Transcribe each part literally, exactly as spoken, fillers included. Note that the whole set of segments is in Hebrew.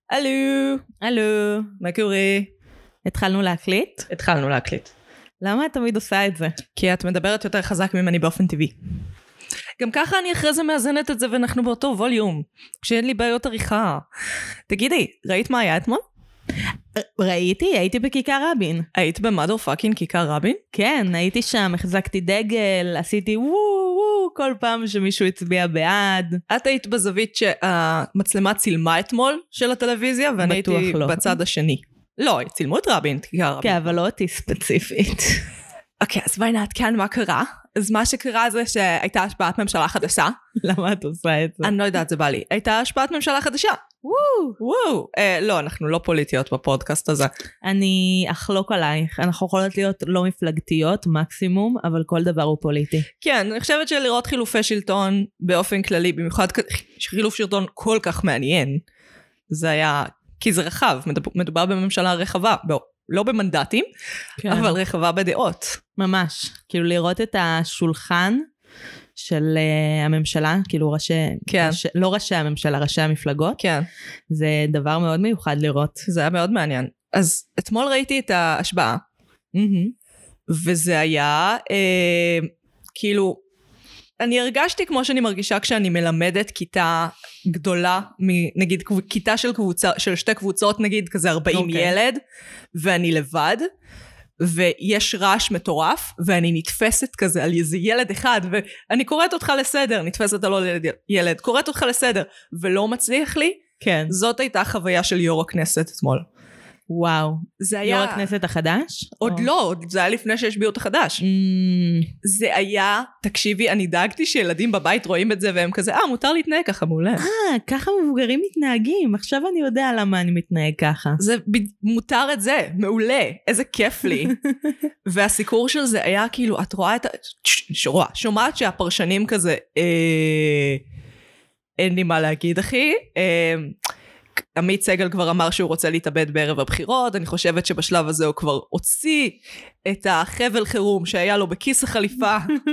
הלו, הלו, מה קורה? התחלנו להקליט? התחלנו להקליט. למה את תמיד עושה את זה? כי את מדברת יותר חזק ממני באופן טבעי. גם ככה אני אחרי זה מאזנת את זה ואנחנו באותו ווליום, כשאין לי בעיות עריכה. תגידי, ראית מה היה אתמול? ראיתי, הייתי בכיכר רבין. היית במאדר פאקינג כיכר רבין? כן, הייתי שם, החזקתי דגל, עשיתי וואו וואו כל פעם שמישהו הצביע בעד. את היית בזווית שהמצלמה צילמה אתמול של הטלוויזיה, ואני הייתי לא. בצד השני. לא, צילמו את רבין, כיכר רבין. כן, אבל לא אותי ספציפית. אוקיי, אז בואי נעדכן מה קרה. אז מה שקרה זה שהייתה השפעת ממשלה חדשה. למה את עושה את זה? אני לא יודעת, זה בא לי. הייתה השפעת ממשלה חדשה. וואו, וואו. אה, לא, אנחנו לא פוליטיות בפודקאסט הזה. אני אחלוק עלייך. אנחנו יכולות להיות לא מפלגתיות, מקסימום, אבל כל דבר הוא פוליטי. כן, אני חושבת שלראות חילופי שלטון באופן כללי, במיוחד חילוף שלטון כל כך מעניין, זה היה, כי זה רחב, מדובר בממשלה רחבה, בוא. לא במנדטים, כן. אבל רחבה בדעות. ממש. כאילו לראות את השולחן של uh, הממשלה, כאילו ראשי, כן. ראש, לא ראשי הממשלה, ראשי המפלגות. כן. זה דבר מאוד מיוחד לראות. זה היה מאוד מעניין. אז אתמול ראיתי את ההשבעה, mm-hmm. וזה היה אה, כאילו, אני הרגשתי כמו שאני מרגישה כשאני מלמדת כיתה גדולה, נגיד כיתה של, קבוצה, של שתי קבוצות, נגיד כזה ארבעים okay. ילד, ואני לבד, ויש רעש מטורף, ואני נתפסת כזה על איזה ילד אחד, ואני קוראת אותך לסדר, נתפסת על עוד ילד, קוראת אותך לסדר, ולא מצליח לי, כן. זאת הייתה חוויה של יו"ר הכנסת אתמול. וואו, זה היה... יו"ר הכנסת החדש? עוד או... לא, זה היה לפני שהשביעו את החדש. Mm... זה היה, תקשיבי, אני דאגתי שילדים בבית רואים את זה, והם כזה, אה, מותר להתנהג ככה, מעולה. אה, ככה מבוגרים מתנהגים, עכשיו אני יודע למה אני מתנהג ככה. זה, מותר את זה, מעולה, איזה כיף לי. והסיקור של זה היה כאילו, את רואה את ה... שרואה, שומעת שהפרשנים כזה, אה... אין לי מה להגיד, אחי, אה... עמית סגל כבר אמר שהוא רוצה להתאבד בערב הבחירות, אני חושבת שבשלב הזה הוא כבר הוציא את החבל חירום שהיה לו בכיס החליפה.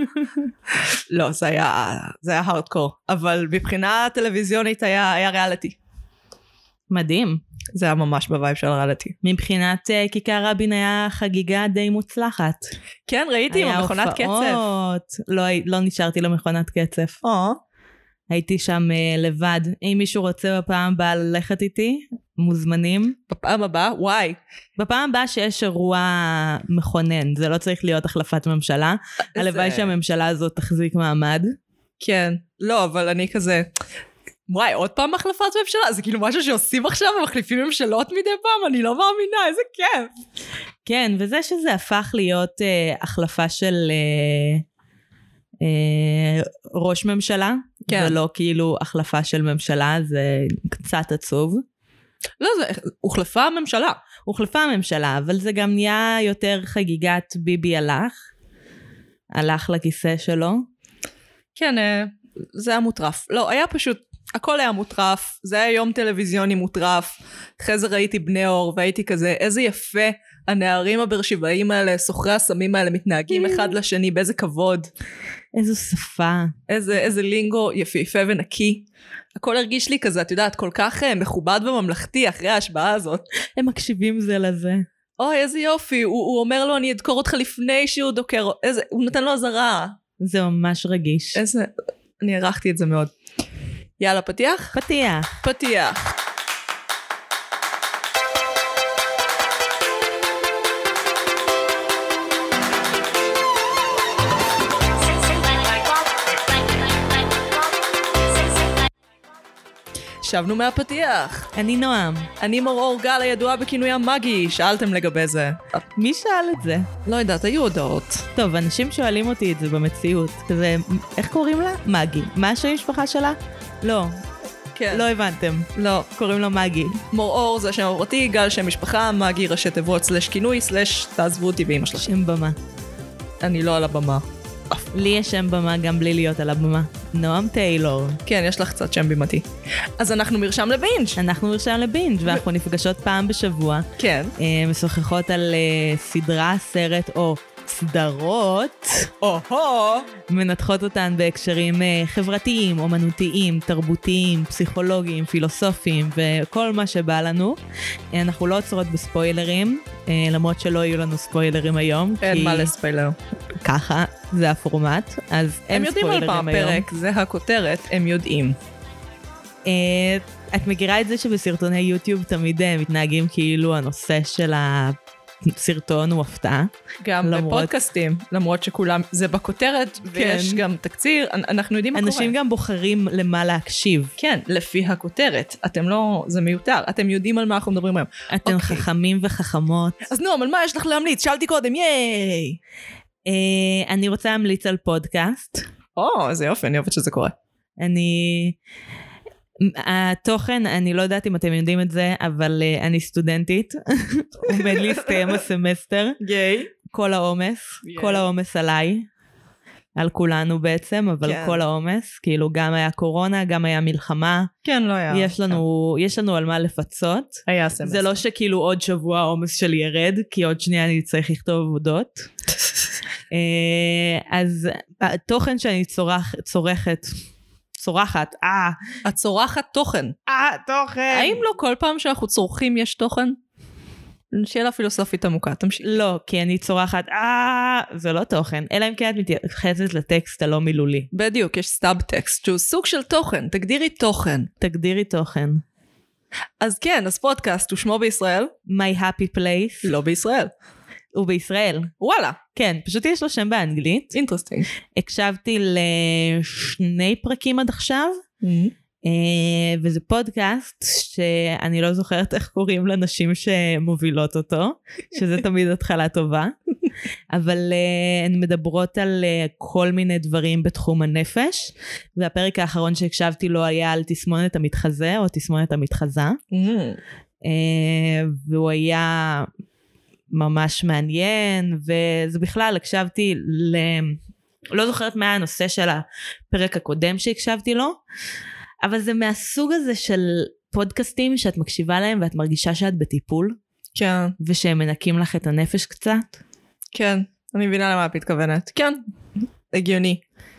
לא, זה היה, זה היה הארדקור, אבל מבחינה טלוויזיונית היה, היה ריאליטי. מדהים. זה היה ממש בווייב של הריאליטי. מבחינת uh, כיכר רבין היה חגיגה די מוצלחת. כן, ראיתי עם מכונת קצף. לא, לא נשארתי למכונת קצף. או. הייתי שם uh, לבד. אם מישהו רוצה בפעם הבאה ללכת איתי, מוזמנים. בפעם הבאה? וואי. בפעם הבאה שיש אירוע מכונן, זה לא צריך להיות החלפת ממשלה. הלוואי זה... שהממשלה הזאת תחזיק מעמד. כן. לא, אבל אני כזה... וואי, עוד פעם החלפת ממשלה? זה כאילו משהו שעושים עכשיו, מחליפים ממשלות מדי פעם, אני לא מאמינה, איזה כיף. כן, וזה שזה הפך להיות uh, החלפה של... Uh, ראש ממשלה, כן. ולא כאילו החלפה של ממשלה, זה קצת עצוב. לא, זה הוחלפה הממשלה. הוחלפה הממשלה, אבל זה גם נהיה יותר חגיגת ביבי הלך, הלך לכיסא שלו. כן, זה היה מוטרף. לא, היה פשוט, הכל היה מוטרף, זה היה יום טלוויזיוני מוטרף, אחרי זה ראיתי בני אור, והייתי כזה, איזה יפה, הנערים הברשיבאים האלה, סוחרי הסמים האלה, מתנהגים אחד לשני, באיזה כבוד. איזו שפה. איזה, איזה לינגו יפהפה ונקי. הכל הרגיש לי כזה, את יודעת, כל כך מכובד וממלכתי אחרי ההשבעה הזאת. הם מקשיבים זה לזה. אוי, איזה יופי, הוא, הוא אומר לו, אני אדקור אותך לפני שהוא דוקר, איזה, הוא נתן לו עזרה. זה ממש רגיש. איזה, אני ערכתי את זה מאוד. יאללה, פתיח? פתיח. פתיח. שבנו מהפתיח. אני נועם. אני מורור גל הידועה בכינוי המאגי. שאלתם לגבי זה. מי שאל את זה? לא יודעת, היו הודעות. טוב, אנשים שואלים אותי את זה במציאות. כזה, איך קוראים לה? מאגי. מה השם המשפחה שלה? לא. כן. לא הבנתם. לא. קוראים לו מאגי. מורור זה השם הפרטי, גל שם משפחה, מאגי ראשי תיבות סלש כינוי סלש תעזבו אותי באמא שלכם. שם במה. אני לא על הבמה. לי יש שם במה גם בלי להיות על הבמה. נועם טיילור. כן, יש לך קצת שם בימתי. אז אנחנו מרשם לבינג'. אנחנו מרשם לבינג' ו... ואנחנו נפגשות פעם בשבוע. כן. משוחחות על סדרה, סרט או סדרות או-הו, מנתחות אותן בהקשרים חברתיים, אומנותיים, תרבותיים, פסיכולוגיים, פילוסופיים וכל מה שבא לנו. אנחנו לא עוצרות בספוילרים, למרות שלא יהיו לנו ספוילרים היום. אין כי... מה לספיילר. ככה, זה הפורמט, אז אין ספוילרים היום. הם יודעים על פעם פרק, זה הכותרת, הם יודעים. את מכירה את זה שבסרטוני יוטיוב תמיד מתנהגים כאילו הנושא של הסרטון הוא הפתעה? גם למרות... בפודקאסטים, למרות שכולם, זה בכותרת, ויש כן. גם תקציר, אנחנו יודעים מה קורה. אנשים גם בוחרים למה להקשיב. כן, לפי הכותרת. אתם לא, זה מיותר, אתם יודעים על מה אנחנו מדברים היום. אתם אוקיי. חכמים וחכמות. אז נו, אבל מה יש לך להמליץ? שאלתי קודם, ייי! אה, אני רוצה להמליץ על פודקאסט. או, איזה יופי, אני אוהבת שזה קורה. אני... התוכן, אני לא יודעת אם אתם יודעים את זה, אבל uh, אני סטודנטית, עומד להסתיים הסמסטר, גיי. כל העומס, yeah. כל העומס עליי, על כולנו בעצם, אבל כן. כל העומס, כאילו גם היה קורונה, גם היה מלחמה, כן, לא היה. יש לנו, כן. יש לנו על מה לפצות, היה סמסטר. זה לא שכאילו עוד שבוע העומס שלי ירד, כי עוד שנייה אני צריך לכתוב עבודות, אז התוכן שאני צורך, צורכת, צורחת, אה. את צורחת תוכן. אה, תוכן. האם לא כל פעם שאנחנו צורכים יש תוכן? שאלה פילוסופית עמוקה, תמשיך. לא, כי אני צורחת, אה, זה לא תוכן, אלא אם כן את מתייחסת לטקסט הלא מילולי. בדיוק, יש סטאב טקסט, שהוא סוג של תוכן, תגדירי תוכן. תגדירי תוכן. אז כן, אז פודקאסט הוא שמו בישראל. My Happy Place. לא בישראל. הוא בישראל. וואלה. כן, פשוט יש לו שם באנגלית. אינטרסטינג. הקשבתי לשני פרקים עד עכשיו, mm-hmm. וזה פודקאסט שאני לא זוכרת איך קוראים לנשים שמובילות אותו, שזה תמיד התחלה טובה, אבל הן מדברות על כל מיני דברים בתחום הנפש, והפרק האחרון שהקשבתי לו היה על תסמונת המתחזה, או תסמונת המתחזה, mm-hmm. והוא היה... ממש מעניין, וזה בכלל, הקשבתי ל... לא זוכרת מה הנושא של הפרק הקודם שהקשבתי לו, אבל זה מהסוג הזה של פודקאסטים שאת מקשיבה להם ואת מרגישה שאת בטיפול, כן. ושהם מנקים לך את הנפש קצת. כן, אני מבינה למה את מתכוונת. כן, הגיוני.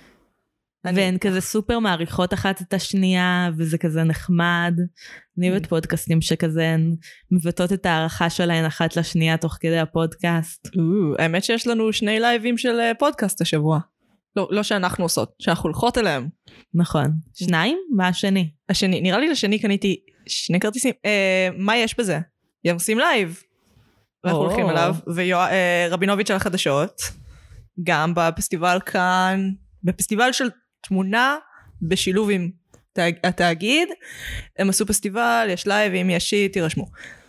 והן כזה סופר מעריכות אחת את השנייה, וזה כזה נחמד. אני אוהבת פודקאסטים שכזה מבטאות את הערכה שלהן אחת לשנייה תוך כדי הפודקאסט. האמת שיש לנו שני לייבים של פודקאסט השבוע. לא שאנחנו עושות, שאנחנו הולכות אליהם. נכון. שניים? מה השני? השני, נראה לי לשני קניתי שני כרטיסים. מה יש בזה? ימסים לייב. ואנחנו הולכים אליו, ורבינוביץ' על החדשות, גם בפסטיבל כאן, בפסטיבל של תמונה בשילוב עם התאגיד, הם עשו פסטיבל, יש לייבים, יש שיט, תירשמו.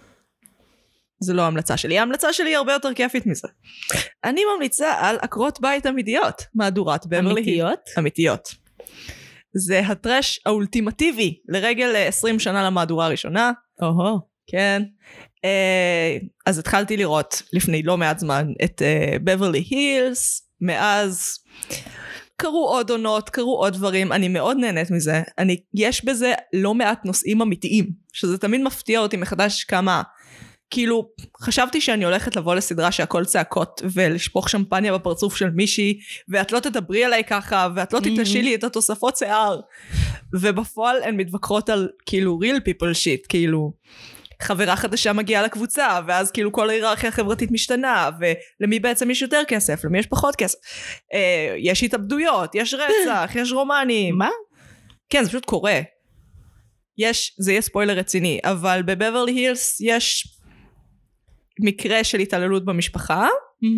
זה לא ההמלצה שלי, ההמלצה שלי היא הרבה יותר כיפית מזה. אני ממליצה על עקרות בית אמיתיות, מהדורת בברלי. אמיתיות? אמיתיות. זה הטרש האולטימטיבי, לרגל עשרים שנה למהדורה הראשונה. אוהו. כן. אז התחלתי לראות לפני לא מעט זמן את בברלי הילס, מאז... קרו עוד עונות, קרו עוד דברים, אני מאוד נהנית מזה, אני, יש בזה לא מעט נושאים אמיתיים, שזה תמיד מפתיע אותי מחדש כמה, כאילו, חשבתי שאני הולכת לבוא לסדרה שהכל צעקות, ולשפוך שמפניה בפרצוף של מישהי, ואת לא תדברי עליי ככה, ואת לא תתלשי לי את התוספות שיער, ובפועל הן מתווכחות על, כאילו, real people shit, כאילו, חברה חדשה מגיעה לקבוצה, ואז כאילו כל ההיררכיה החברתית משתנה, ולמי בעצם יש יותר כסף, למי יש פחות כסף. אה, יש התאבדויות, יש רצח, יש רומנים. מה? כן, זה פשוט קורה. יש, זה יהיה ספוילר רציני, אבל בבברלי הילס יש מקרה של התעללות במשפחה,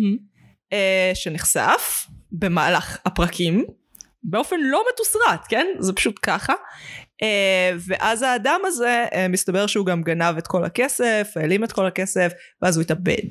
אה, שנחשף במהלך הפרקים, באופן לא מתוסרט, כן? זה פשוט ככה. Uh, ואז האדם הזה, uh, מסתבר שהוא גם גנב את כל הכסף, העלים את כל הכסף, ואז הוא התאבד.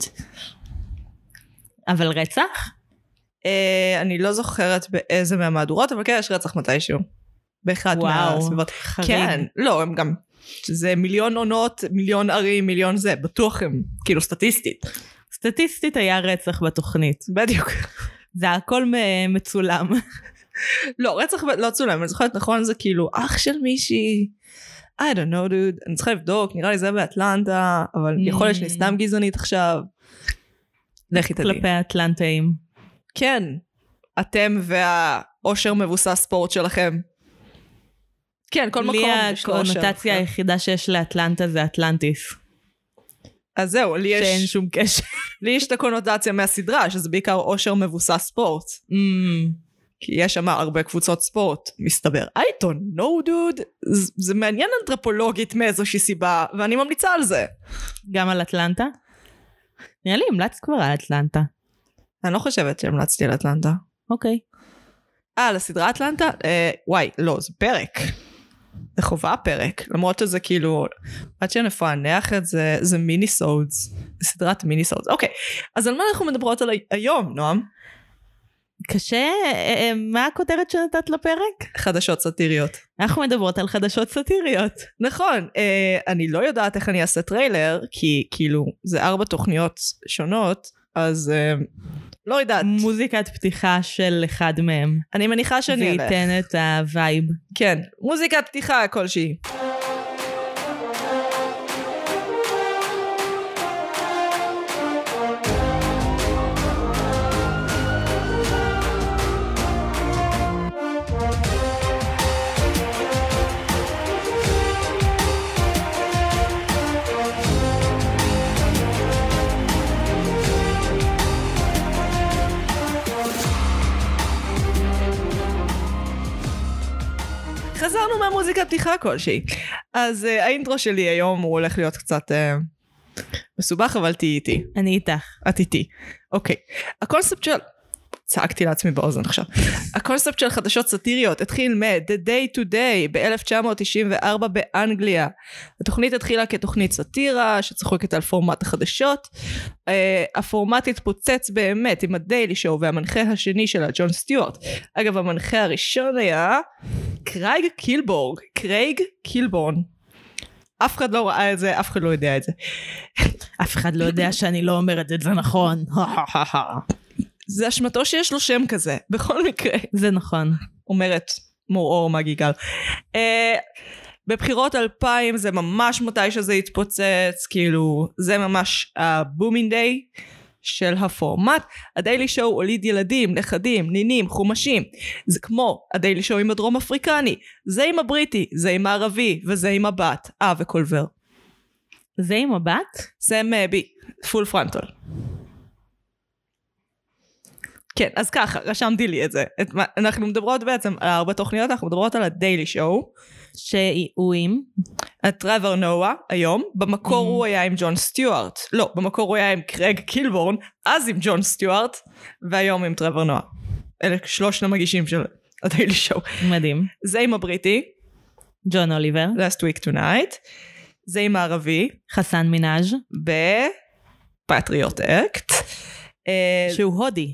אבל רצח? Uh, אני לא זוכרת באיזה מהמהדורות, אבל כן, יש רצח מתישהו. באחד מהסביבות. חריג. כן, לא, הם גם, זה מיליון עונות, מיליון ערים, מיליון זה, בטוח הם, כאילו סטטיסטית. סטטיסטית היה רצח בתוכנית. בדיוק. זה הכל מצולם. לא, רצח לא צולם, אני זוכרת נכון, זה כאילו אח של מישהי, I don't know dude, אני צריכה לבדוק, נראה לי זה באטלנטה, אבל יכול להיות שאני סתם גזענית עכשיו. לכי תדעי. כלפי האטלנטאים. כן, אתם והאושר מבוסס ספורט שלכם. כן, כל מקום לי יש לו אושר. הקונוטציה היחידה שיש לאטלנטה זה אטלנטיס. אז זהו, לי יש... שאין שום קשר. לי יש את הקונוטציה מהסדרה, שזה בעיקר אושר מבוסס ספורט. Mm. כי יש שם הרבה קבוצות ספורט, מסתבר. I don't know, dude. זה, זה מעניין אנתרופולוגית מאיזושהי סיבה, ואני ממליצה על זה. גם על אטלנטה? נראה לי המלצת כבר על אטלנטה. אני לא חושבת שהמלצתי על אטלנטה. אוקיי. אה, לסדרה אטלנטה? אה, וואי, לא, זה פרק. זה חובה פרק. למרות שזה כאילו, עד שנפענח את זה, זה מיני סודס. זה סדרת מיני סודס. אוקיי, אז על מה אנחנו מדברות על היום, נועם? קשה, מה הכותרת שנתת לפרק? חדשות סאטיריות. אנחנו מדברות על חדשות סאטיריות. נכון, אה, אני לא יודעת איך אני אעשה טריילר, כי כאילו זה ארבע תוכניות שונות, אז אה, לא יודעת. מוזיקת פתיחה של אחד מהם. אני מניחה שאני אלך. וייתן את הווייב. כן, מוזיקת פתיחה כלשהי. חזרנו מהמוזיקה פתיחה כלשהי. אז uh, האינטרו שלי היום הוא הולך להיות קצת uh, מסובך, אבל תהי איתי. אני איתך. את איתי. אוקיי. הקונספט של... צעקתי לעצמי באוזן עכשיו. הקונספט של חדשות סאטיריות התחיל מ-The Day Today ב-אלף תשע מאות תשעים וארבע באנגליה. התוכנית התחילה כתוכנית סאטירה שצחוקת על פורמט החדשות. Uh, הפורמט התפוצץ באמת עם הדיילי שואו והמנחה השני שלה, ג'ון סטיוארט. אגב, המנחה הראשון היה קרייג קילבורג. קרייג קילבורן. אף אחד לא ראה את זה, אף אחד לא יודע את זה. אף אחד לא יודע שאני לא אומרת את זה נכון. זה אשמתו שיש לו שם כזה, בכל מקרה. זה נכון. אומרת מור אור מגיגל. Uh, בבחירות אלפיים זה ממש מתי שזה התפוצץ, כאילו זה ממש הבומינג דיי של הפורמט. הדיילי שואו הוליד ילדים, נכדים, נינים, חומשים. זה כמו הדיילי שואו עם הדרום אפריקני, זה עם הבריטי, זה עם הערבי, וזה עם הבת. אה, וקולבר. זה עם הבת? סם בי, פול פרנטול. כן, אז ככה, רשמתי לי את זה. את, אנחנו מדברות בעצם על ארבע תוכניות, אנחנו מדברות על הדיילי שואו. שהוא עם? טרוור נואה, היום. במקור mm-hmm. הוא היה עם ג'ון סטיוארט. לא, במקור הוא היה עם קרייג קילבורן, אז עם ג'ון סטיוארט, והיום עם טרוור נואה. אלה שלושת המגישים של הדיילי שואו. מדהים. זה עם הבריטי. ג'ון אוליבר. Last week tonight. זה עם הערבי. חסן מינאז'. בפטריוט אקט. שהוא הודי.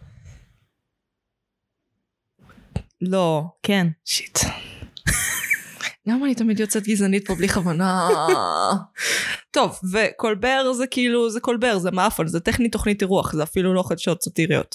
לא. כן. שיט. למה אני תמיד יוצאת גזענית פה בלי כוונה? טוב, וקולבר זה כאילו, זה קולבר, זה מאפון, זה טכני תוכנית אירוח, זה אפילו לא חדשות סאטיריות.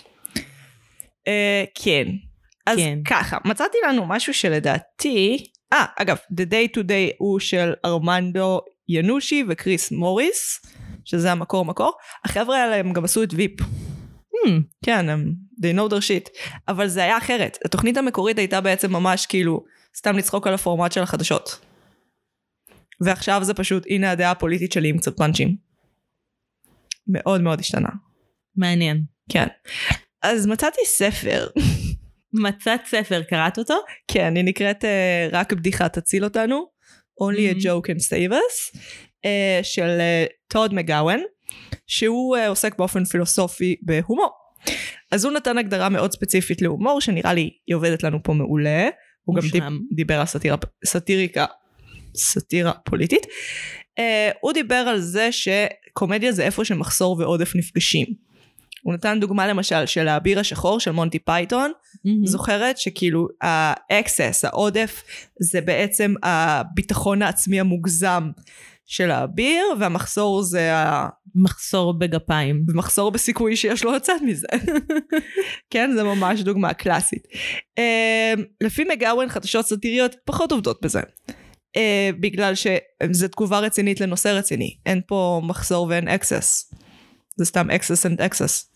כן. אז ככה, מצאתי לנו משהו שלדעתי, אה, אגב, The Day Today הוא של ארמנדו ינושי וקריס מוריס, שזה המקור מקור. החבר'ה האלה הם גם עשו את ויפ. כן, הם, they know their shit. אבל זה היה אחרת. התוכנית המקורית הייתה בעצם ממש כאילו, סתם לצחוק על הפורמט של החדשות. ועכשיו זה פשוט, הנה הדעה הפוליטית שלי עם קצת פאנצ'ים. מאוד מאוד השתנה. מעניין. כן. אז מצאתי ספר. מצאת ספר, קראת אותו? כן, היא נקראת uh, רק בדיחה תציל אותנו. Only a joke can save us. Uh, של טוד uh, מגאוון. שהוא uh, עוסק באופן פילוסופי בהומור. אז הוא נתן הגדרה מאוד ספציפית להומור, שנראה לי היא עובדת לנו פה מעולה. הוא גם דיב, דיבר על סאטירה, סאטיריקה, סאטירה פוליטית. Uh, הוא דיבר על זה שקומדיה זה איפה שמחסור ועודף נפגשים. הוא נתן דוגמה למשל של האביר השחור של מונטי פייתון. Mm-hmm. זוכרת שכאילו האקסס, העודף, זה בעצם הביטחון העצמי המוגזם של האביר, והמחסור זה ה... מחסור בגפיים. ומחסור בסיכוי שיש לו לצאת מזה. כן, זה ממש דוגמה קלאסית. Uh, לפי מגאוון חדשות סאטיריות פחות עובדות בזה. Uh, בגלל שזה תגובה רצינית לנושא רציני. אין פה מחסור ואין אקסס. זה סתם excess and excess.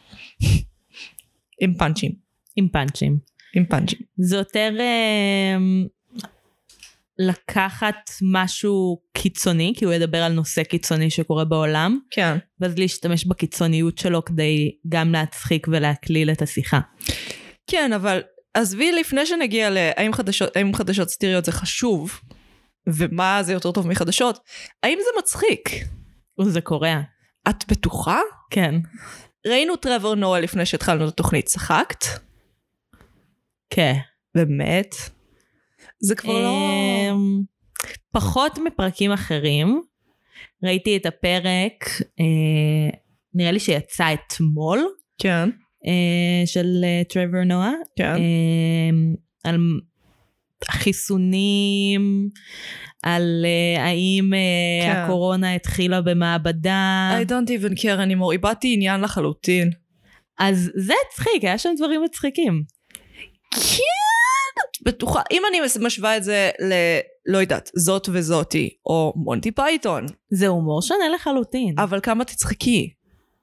עם פאנצ'ים. עם פאנצ'ים. עם פאנצ'ים. זה יותר אה, לקחת משהו קיצוני, כי הוא ידבר על נושא קיצוני שקורה בעולם, כן. ואז להשתמש בקיצוניות שלו כדי גם להצחיק ולהקליל את השיחה. כן, אבל עזבי לפני שנגיע להאם חדשות, האם חדשות סטיריות זה חשוב, ומה זה יותר טוב מחדשות, האם זה מצחיק? וזה קורה. את בטוחה? כן. ראינו טרוור נואה לפני שהתחלנו את התוכנית, צחקת? כן. באמת? זה כבר לא... פחות מפרקים אחרים. ראיתי את הפרק, נראה לי שיצא אתמול, כן. של טרוור נואה. כן. על חיסונים, על האם כן. הקורונה התחילה במעבדה. I don't even care, אני מור, איבדתי עניין לחלוטין. אז זה הצחיק, היה שם דברים מצחיקים. כן, בטוחה, אם אני משווה את זה ל... לא יודעת, זאת וזאתי, או מונטי פייתון. זה הומור שונה לחלוטין. אבל כמה תצחקי?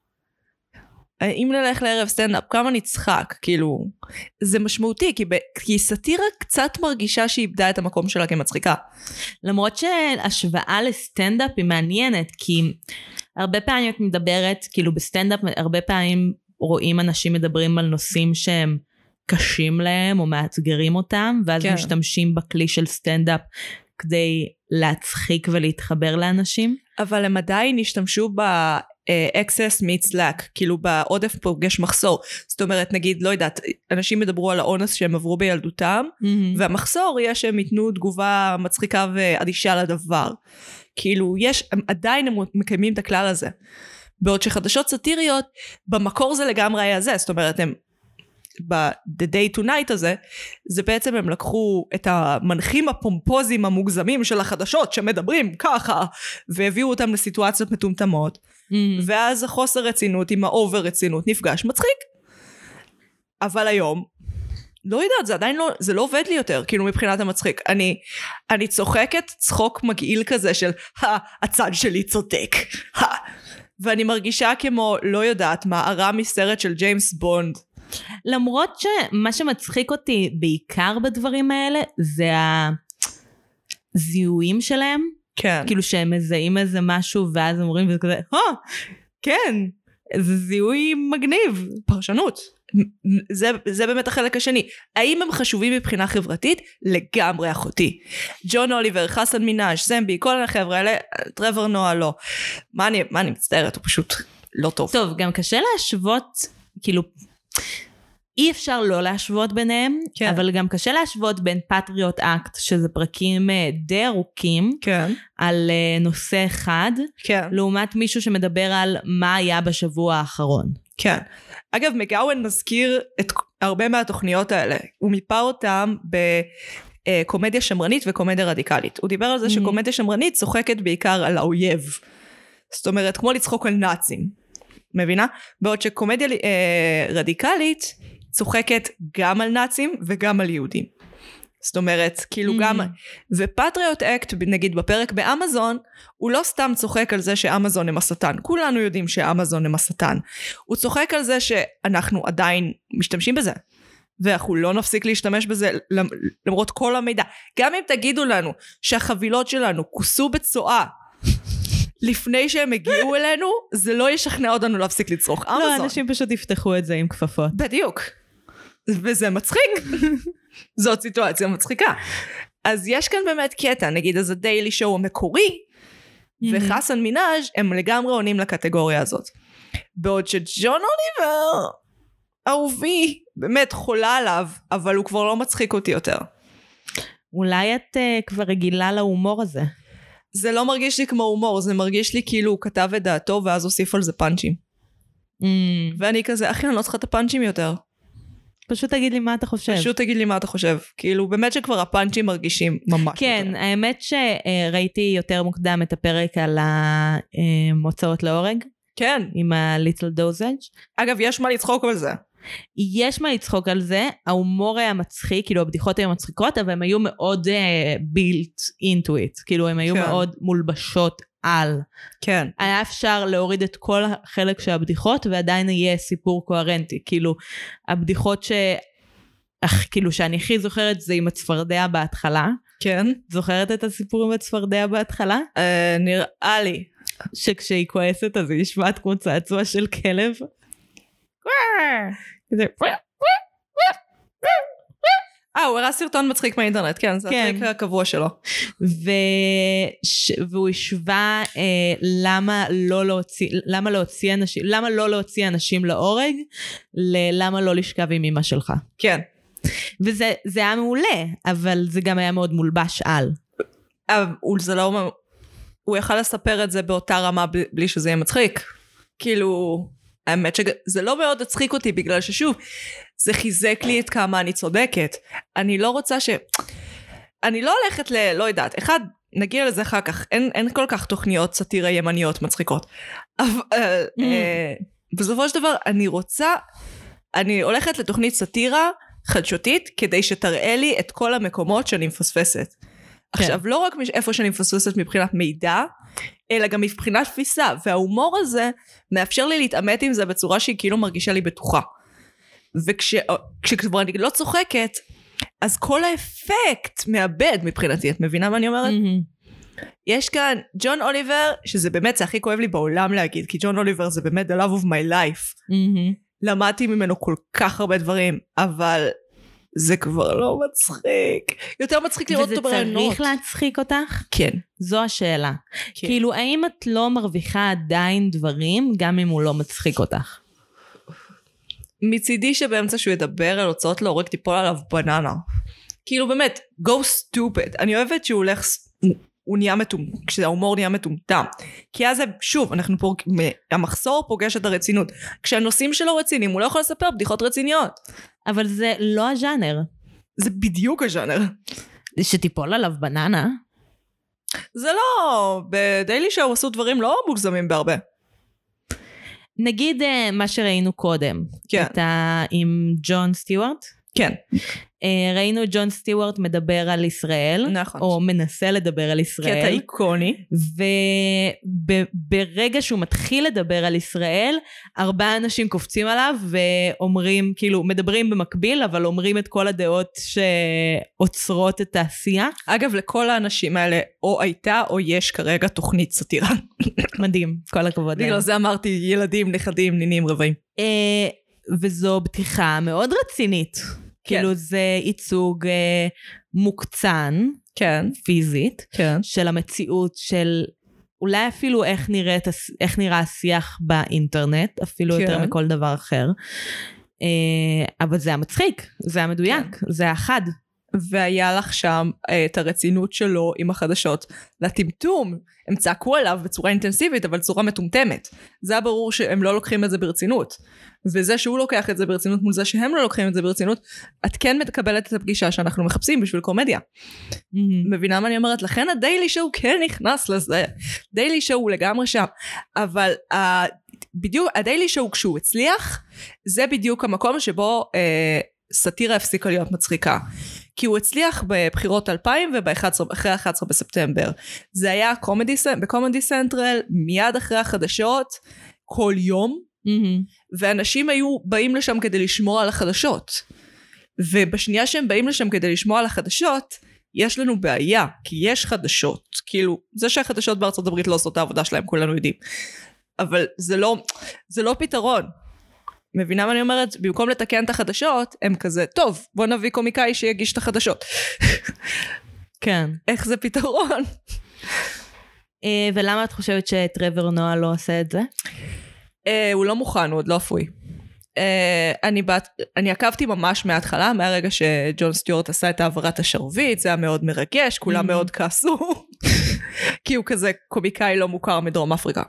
אם נלך לערב סטנדאפ, כמה נצחק? כאילו, זה משמעותי, כי, ב... כי סטירה קצת מרגישה שהיא איבדה את המקום שלה כמצחיקה. למרות שהשוואה לסטנדאפ היא מעניינת, כי הרבה פעמים את מדברת, כאילו בסטנדאפ, הרבה פעמים רואים אנשים מדברים על נושאים שהם קשים להם, או מאתגרים אותם, ואז כן. משתמשים בכלי של סטנדאפ, כדי להצחיק ולהתחבר לאנשים. אבל הם עדיין השתמשו ב... excess meets lack, כאילו בעודף פוגש מחסור, זאת אומרת נגיד לא יודעת, אנשים מדברו על האונס שהם עברו בילדותם, mm-hmm. והמחסור יהיה שהם ייתנו תגובה מצחיקה ואדישה לדבר, כאילו יש, הם עדיין הם מקיימים את הכלל הזה, בעוד שחדשות סטיריות, במקור זה לגמרי היה זה, זאת אומרת הם, ב-The Day Tonight הזה, זה בעצם הם לקחו את המנחים הפומפוזים המוגזמים של החדשות שמדברים ככה, והביאו אותם לסיטואציות מטומטמות, mm-hmm. ואז החוסר רצינות עם האובר רצינות נפגש מצחיק. אבל היום, לא יודעת, זה עדיין לא, זה לא עובד לי יותר, כאילו מבחינת המצחיק. אני, אני צוחקת צחוק מגעיל כזה של, הצד שלי צודק, ואני מרגישה כמו, לא יודעת, מערה מסרט של ג'יימס בונד, למרות שמה שמצחיק אותי בעיקר בדברים האלה, זה הזיהויים שלהם. כן. כאילו שהם מזהים איזה משהו, ואז אומרים וזה כזה, הו, כן, זה זיהוי מגניב. פרשנות. זה, זה באמת החלק השני. האם הם חשובים מבחינה חברתית? לגמרי אחותי. ג'ון אוליבר, חסן מינאז', זמבי, כל החבר'ה האלה, טרוור נואה לא. מה אני, מה אני מצטערת? הוא פשוט לא טוב. טוב, גם קשה להשוות, כאילו, אי אפשר לא להשוות ביניהם, כן. אבל גם קשה להשוות בין פטריוט אקט, שזה פרקים די ארוכים, כן. על נושא אחד, כן. לעומת מישהו שמדבר על מה היה בשבוע האחרון. כן. אגב, מגאוון מזכיר את הרבה מהתוכניות האלה, הוא מיפה אותם בקומדיה שמרנית וקומדיה רדיקלית. הוא דיבר על זה mm-hmm. שקומדיה שמרנית צוחקת בעיקר על האויב. זאת אומרת, כמו לצחוק על נאצים. מבינה? בעוד שקומדיה אה, רדיקלית צוחקת גם על נאצים וגם על יהודים. זאת אומרת, כאילו mm. גם, ופטריוט אקט, נגיד בפרק באמזון, הוא לא סתם צוחק על זה שאמזון הם השטן. כולנו יודעים שאמזון הם השטן. הוא צוחק על זה שאנחנו עדיין משתמשים בזה. ואנחנו לא נפסיק להשתמש בזה למרות כל המידע. גם אם תגידו לנו שהחבילות שלנו כוסו בצואה, לפני שהם הגיעו אלינו, זה לא ישכנע אותנו להפסיק לצרוך אמזון. לא, אנשים פשוט יפתחו את זה עם כפפות. בדיוק. וזה מצחיק. זאת סיטואציה מצחיקה. אז יש כאן באמת קטע, נגיד אז הדיילי שואו המקורי, וחסן מינאז' הם לגמרי עונים לקטגוריה הזאת. בעוד שג'ון אוליבר, אהובי, באמת חולה עליו, אבל הוא כבר לא מצחיק אותי יותר. אולי את uh, כבר רגילה להומור הזה. זה לא מרגיש לי כמו הומור, זה מרגיש לי כאילו הוא כתב את דעתו ואז הוסיף על זה פאנצ'ים. Mm. ואני כזה, אחי, אני לא צריכה את הפאנצ'ים יותר. פשוט תגיד לי מה אתה חושב. פשוט תגיד לי מה אתה חושב. כאילו, באמת שכבר הפאנצ'ים מרגישים ממש כן, יותר. האמת שראיתי יותר מוקדם את הפרק על המוצאות להורג. כן. עם ה-little dosage. אגב, יש מה לצחוק על זה. יש מה לצחוק על זה, ההומור היה מצחיק, כאילו הבדיחות היו מצחיקות, אבל הם היו מאוד uh, built into it, כאילו הם היו כן. מאוד מולבשות על. כן. היה אפשר להוריד את כל החלק של הבדיחות, ועדיין יהיה סיפור קוהרנטי. כאילו, הבדיחות ש... אך, כאילו, שאני הכי זוכרת זה עם הצפרדע בהתחלה. כן. זוכרת את הסיפור עם הצפרדע בהתחלה? אה, נראה לי. שכשהיא כועסת אז היא נשמעת כמו צעצוע של כלב. כזה... אה, הוא הראה סרטון מצחיק מהאינטרנט, כן, זה הטריק הקבוע שלו. וש... והוא השווה אה, למה לא להוציא, למה להוציא אנשים, למה לא להוציא אנשים להורג, ללמה לא לשכב עם אמא שלך. כן. וזה זה היה מעולה, אבל זה גם היה מאוד מולבש על. אבל זה לא... הוא יכל לספר את זה באותה רמה בלי שזה יהיה מצחיק. כאילו, האמת שזה לא מאוד הצחיק אותי, בגלל ששוב, זה חיזק לי את כמה אני צודקת. אני לא רוצה ש... אני לא הולכת ל... לא יודעת, אחד, נגיע לזה אחר כך, אין, אין כל כך תוכניות סאטירה ימניות מצחיקות. אבל mm. אה, בסופו של דבר, אני רוצה... אני הולכת לתוכנית סאטירה חדשותית, כדי שתראה לי את כל המקומות שאני מפספסת. עכשיו, לא רק איפה שאני מפספסת מבחינת מידע, אלא גם מבחינת תפיסה, וההומור הזה מאפשר לי להתאמת עם זה בצורה שהיא כאילו מרגישה לי בטוחה. וכשכבר אני לא צוחקת, אז כל האפקט מאבד מבחינתי, את מבינה מה אני אומרת? יש כאן ג'ון אוליבר, שזה באמת זה הכי כואב לי בעולם להגיד, כי ג'ון אוליבר זה באמת the love of my life. למדתי ממנו כל כך הרבה דברים, אבל... זה כבר לא מצחיק. יותר מצחיק לראות אותו ברעיונות. וזה צריך להצחיק אותך? כן. זו השאלה. כן. כאילו, האם את לא מרוויחה עדיין דברים, גם אם הוא לא מצחיק אותך? מצידי שבאמצע שהוא ידבר על הוצאות להורג תיפול עליו בננה. כאילו באמת, go stupid. אני אוהבת שהוא הולך, הוא נהיה מטומטם, כשההומור נהיה מטומטם. כי אז שוב, אנחנו פה, המחסור פוגש את הרצינות. כשהנושאים שלו רצינים, הוא לא יכול לספר בדיחות רציניות. אבל זה לא הז'אנר. זה בדיוק הז'אנר. שתיפול עליו בננה. זה לא, בדיילי שואו עשו דברים לא מוגזמים בהרבה. נגיד מה שראינו קודם. כן. את ה... עם ג'ון סטיוארט. כן. ראינו את ג'ון סטיוארט מדבר על ישראל, נכון. או מנסה לדבר על ישראל. קטע איקוני. וברגע שהוא מתחיל לדבר על ישראל, ארבעה אנשים קופצים עליו ואומרים, כאילו, מדברים במקביל, אבל אומרים את כל הדעות שעוצרות את העשייה. אגב, לכל האנשים האלה, או הייתה או יש כרגע תוכנית סאטירה. מדהים, כל הכבוד. בגלל זה אמרתי, ילדים, נכדים, נינים, רבעים. וזו בדיחה מאוד רצינית. כאילו זה ייצוג אה, מוקצן, כן. פיזית, כן. של המציאות של, אולי אפילו איך, נראית, איך נראה השיח באינטרנט, אפילו כן. יותר מכל דבר אחר. אה, אבל זה המצחיק, זה המדויק, כן. זה האחד. והיה לך שם אה, את הרצינות שלו עם החדשות. לטמטום, הם צעקו עליו בצורה אינטנסיבית, אבל צורה מטומטמת. זה היה ברור שהם לא לוקחים את זה ברצינות. וזה שהוא לוקח את זה ברצינות מול זה שהם לא לוקחים את זה ברצינות, את כן מקבלת את הפגישה שאנחנו מחפשים בשביל קומדיה. Mm-hmm. מבינה מה אני אומרת? לכן הדיילי שואו כן נכנס לזה. דיילי שואו הוא לגמרי שם. אבל uh, בדיוק, הדיילי שואו כשהוא הצליח, זה בדיוק המקום שבו uh, סאטירה הפסיקה להיות מצחיקה. כי הוא הצליח בבחירות אלפיים ואחרי ה-אחד עשר בספטמבר. זה היה קומדי, בקומדי סנטרל, מיד אחרי החדשות, כל יום, mm-hmm. ואנשים היו באים לשם כדי לשמור על החדשות. ובשנייה שהם באים לשם כדי לשמור על החדשות, יש לנו בעיה, כי יש חדשות. כאילו, זה שהחדשות בארצות הברית לא עושות את העבודה שלהם, כולנו יודעים. אבל זה לא, זה לא פתרון. מבינה מה אני אומרת? במקום לתקן את החדשות, הם כזה, טוב, בוא נביא קומיקאי שיגיש את החדשות. כן. איך זה פתרון? ולמה את חושבת שטרוור נואה לא עושה את זה? הוא לא מוכן, הוא עוד לא אפוי. אני, אני עקבתי ממש מההתחלה, מהרגע שג'ון סטיוארט עשה את העברת השרביט, זה היה מאוד מרגש, כולם מאוד כעסו, כי הוא כזה קומיקאי לא מוכר מדרום אפריקה.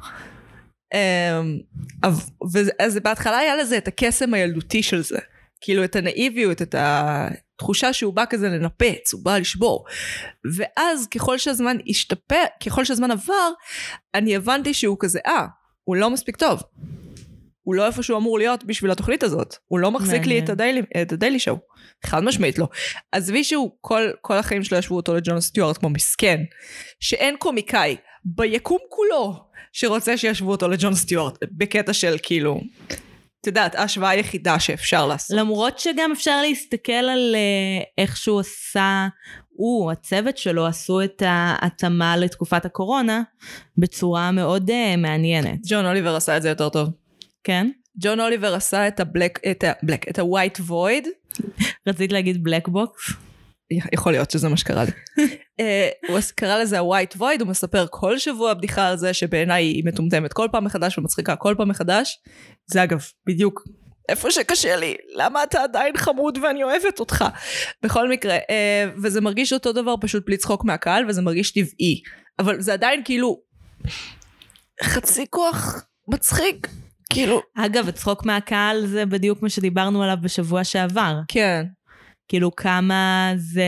אז בהתחלה היה לזה את הקסם הילדותי של זה, כאילו את הנאיביות, את התחושה שהוא בא כזה לנפץ, הוא בא לשבור, ואז ככל שהזמן השתפר, ככל שהזמן עבר, אני הבנתי שהוא כזה, אה, הוא לא מספיק טוב, הוא לא איפה שהוא אמור להיות בשביל התוכנית הזאת, הוא לא מחזיק לי את הדיילי, את הדיילי שואו, חד משמעית לא. אז וישהו, כל, כל החיים שלו ישבו אותו לג'ון סטיוארט כמו מסכן, שאין קומיקאי ביקום כולו, שרוצה שישבו אותו לג'ון סטיוארט, בקטע של כאילו, את יודעת, ההשוואה היחידה שאפשר לעשות. למרות שגם אפשר להסתכל על איך שהוא עשה, הוא, הצוות שלו, עשו את ההתאמה לתקופת הקורונה, בצורה מאוד מעניינת. ג'ון אוליבר עשה את זה יותר טוב. כן? ג'ון אוליבר עשה את הבלק, את הבלק, את ה-white void. רצית להגיד black box? יכול להיות שזה מה שקרה לי. הוא קרא לזה ה-white void, הוא מספר כל שבוע בדיחה על זה שבעיניי היא מטומטמת כל פעם מחדש ומצחיקה כל פעם מחדש. זה אגב, בדיוק איפה שקשה לי, למה אתה עדיין חמוד ואני אוהבת אותך? בכל מקרה, וזה מרגיש אותו דבר פשוט בלי צחוק מהקהל, וזה מרגיש טבעי. אבל זה עדיין כאילו חצי כוח מצחיק. כאילו... אגב, צחוק מהקהל זה בדיוק מה שדיברנו עליו בשבוע שעבר. כן. כאילו כמה זה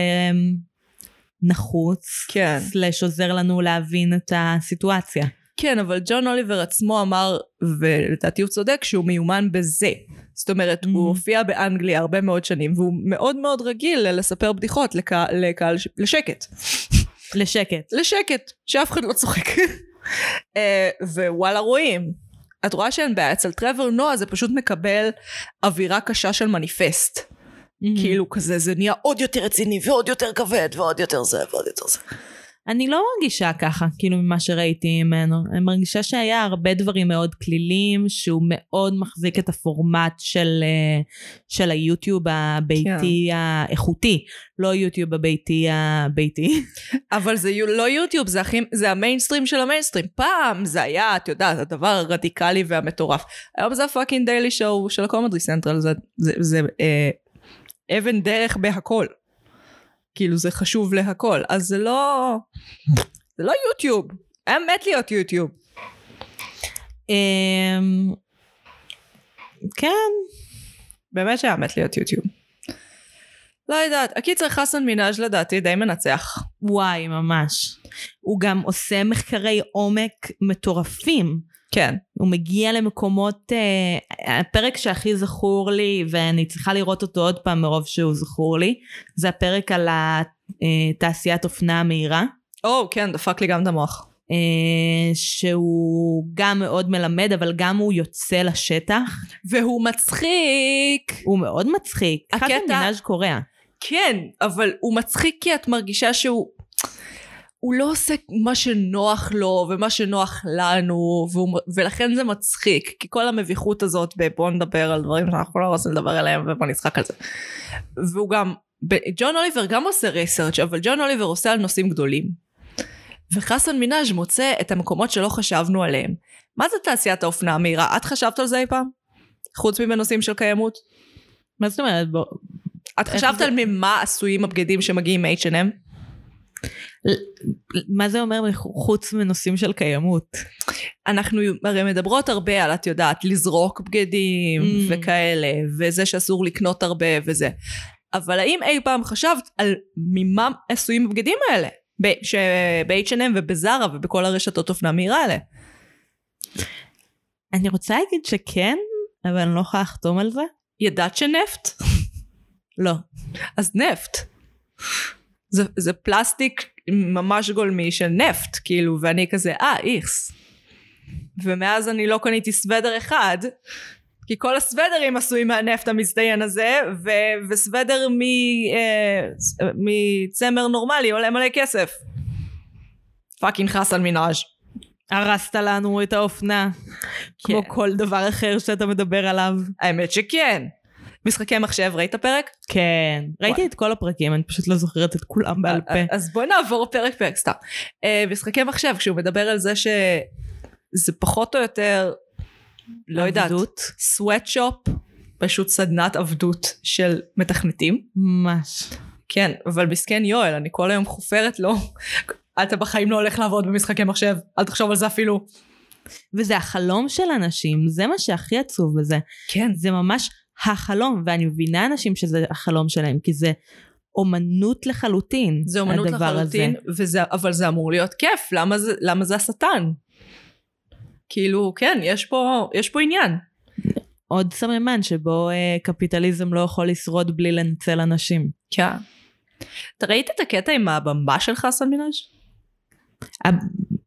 נחוץ, כן. סלש עוזר לנו להבין את הסיטואציה. כן, אבל ג'ון אוליבר עצמו אמר, ולדעתי הוא צודק, שהוא מיומן בזה. זאת אומרת, mm-hmm. הוא הופיע באנגליה הרבה מאוד שנים, והוא מאוד מאוד רגיל לספר בדיחות לקה, לקהל, לשקט. לשקט. לשקט, שאף אחד לא צוחק. ווואלה רואים. את רואה שאין בעיה, אצל טרוור נואה זה פשוט מקבל אווירה קשה של מניפסט. Mm-hmm. כאילו כזה, זה נהיה עוד יותר רציני, ועוד יותר כבד, ועוד יותר זה, ועוד יותר זה. אני לא מרגישה ככה, כאילו ממה שראיתי ממנו. אני מרגישה שהיה הרבה דברים מאוד כלילים, שהוא מאוד מחזיק את הפורמט של, של היוטיוב הביתי כן. האיכותי, לא יוטיוב הביתי הביתי. אבל זה לא יוטיוב, זה, הכי, זה המיינסטרים של המיינסטרים. פעם זה היה, את יודעת, הדבר הרדיקלי והמטורף. היום זה הפאקינג דיילי שואו של הקומדי סנטרל, זה, זה, זה אה, אבן דרך בהכל. כאילו זה חשוב להכל, אז זה לא, זה לא יוטיוב, היה מת להיות יוטיוב. כן, באמת שהיה מת להיות יוטיוב. לא יודעת, הקיצר חסן מינאז' לדעתי די מנצח. וואי, ממש. הוא גם עושה מחקרי עומק מטורפים. כן. הוא מגיע למקומות, אה, הפרק שהכי זכור לי, ואני צריכה לראות אותו עוד פעם מרוב שהוא זכור לי, זה הפרק על התעשיית אופנה המהירה. או, כן, דפק לי גם את המוח. אה, שהוא גם מאוד מלמד, אבל גם הוא יוצא לשטח. והוא מצחיק. הוא מאוד מצחיק. הקטע... חסן מינאז' קוריאה. כן, אבל הוא מצחיק כי את מרגישה שהוא... הוא לא עושה מה שנוח לו ומה שנוח לנו, והוא, ולכן זה מצחיק, כי כל המביכות הזאת בוא נדבר על דברים שאנחנו לא רוצים לדבר עליהם ובוא נצחק על זה. והוא גם, ג'ון אוליבר גם עושה ריסרצ', אבל ג'ון אוליבר עושה על נושאים גדולים. וחסן מינאז' מוצא את המקומות שלא חשבנו עליהם. מה זה תעשיית האופנה המהירה? את חשבת על זה אי פעם? חוץ מבנושאים של קיימות? מה זאת אומרת? בוא... את חשבת על ממה עשויים הבגדים שמגיעים מ-אייץ' אנד אם? מה זה אומר חוץ מנושאים של קיימות? אנחנו הרי מדברות הרבה על, את יודעת, לזרוק בגדים mm. וכאלה, וזה שאסור לקנות הרבה וזה. אבל האם אי פעם חשבת על ממה עשויים הבגדים האלה? ב-אייץ' אנד אם ובזארה ובכל הרשתות אופנה מהירה האלה. אני רוצה להגיד שכן, אבל אני לא יכולה לחתום על זה. ידעת שנפט? לא. אז נפט. זה, זה פלסטיק ממש גולמי של נפט, כאילו, ואני כזה, אה, איכס. ומאז אני לא קניתי סוודר אחד, כי כל הסוודרים עשויים מהנפט המזדיין הזה, ו- וסוודר מ- אה, מצמר נורמלי עולה מלא כסף. פאקינג חסן מינאז'. הרסת לנו את האופנה, כמו כל דבר אחר שאתה מדבר עליו. האמת שכן. משחקי מחשב, ראית הפרק? כן, ראיתי את כל הפרקים, אני פשוט לא זוכרת את כולם בעל פה. אז בואי נעבור פרק פרק, סתם. משחקי מחשב, כשהוא מדבר על זה שזה פחות או יותר, לא יודעת, סוואטשופ, פשוט סדנת עבדות של מתכנתים. ממש. כן, אבל בסכן יואל, אני כל היום חופרת לו, אתה בחיים לא הולך לעבוד במשחקי מחשב, אל תחשוב על זה אפילו. וזה החלום של אנשים, זה מה שהכי עצוב בזה. כן. זה ממש החלום, ואני מבינה אנשים שזה החלום שלהם, כי זה אומנות לחלוטין. זה אומנות לחלוטין, וזה, אבל זה אמור להיות כיף, למה זה, למה זה השטן? כאילו, כן, יש פה, יש פה עניין. עוד סממן שבו אה, קפיטליזם לא יכול לשרוד בלי לנצל אנשים. כן. אתה ראית את הקטע עם הבמבה של חסן מינאז'?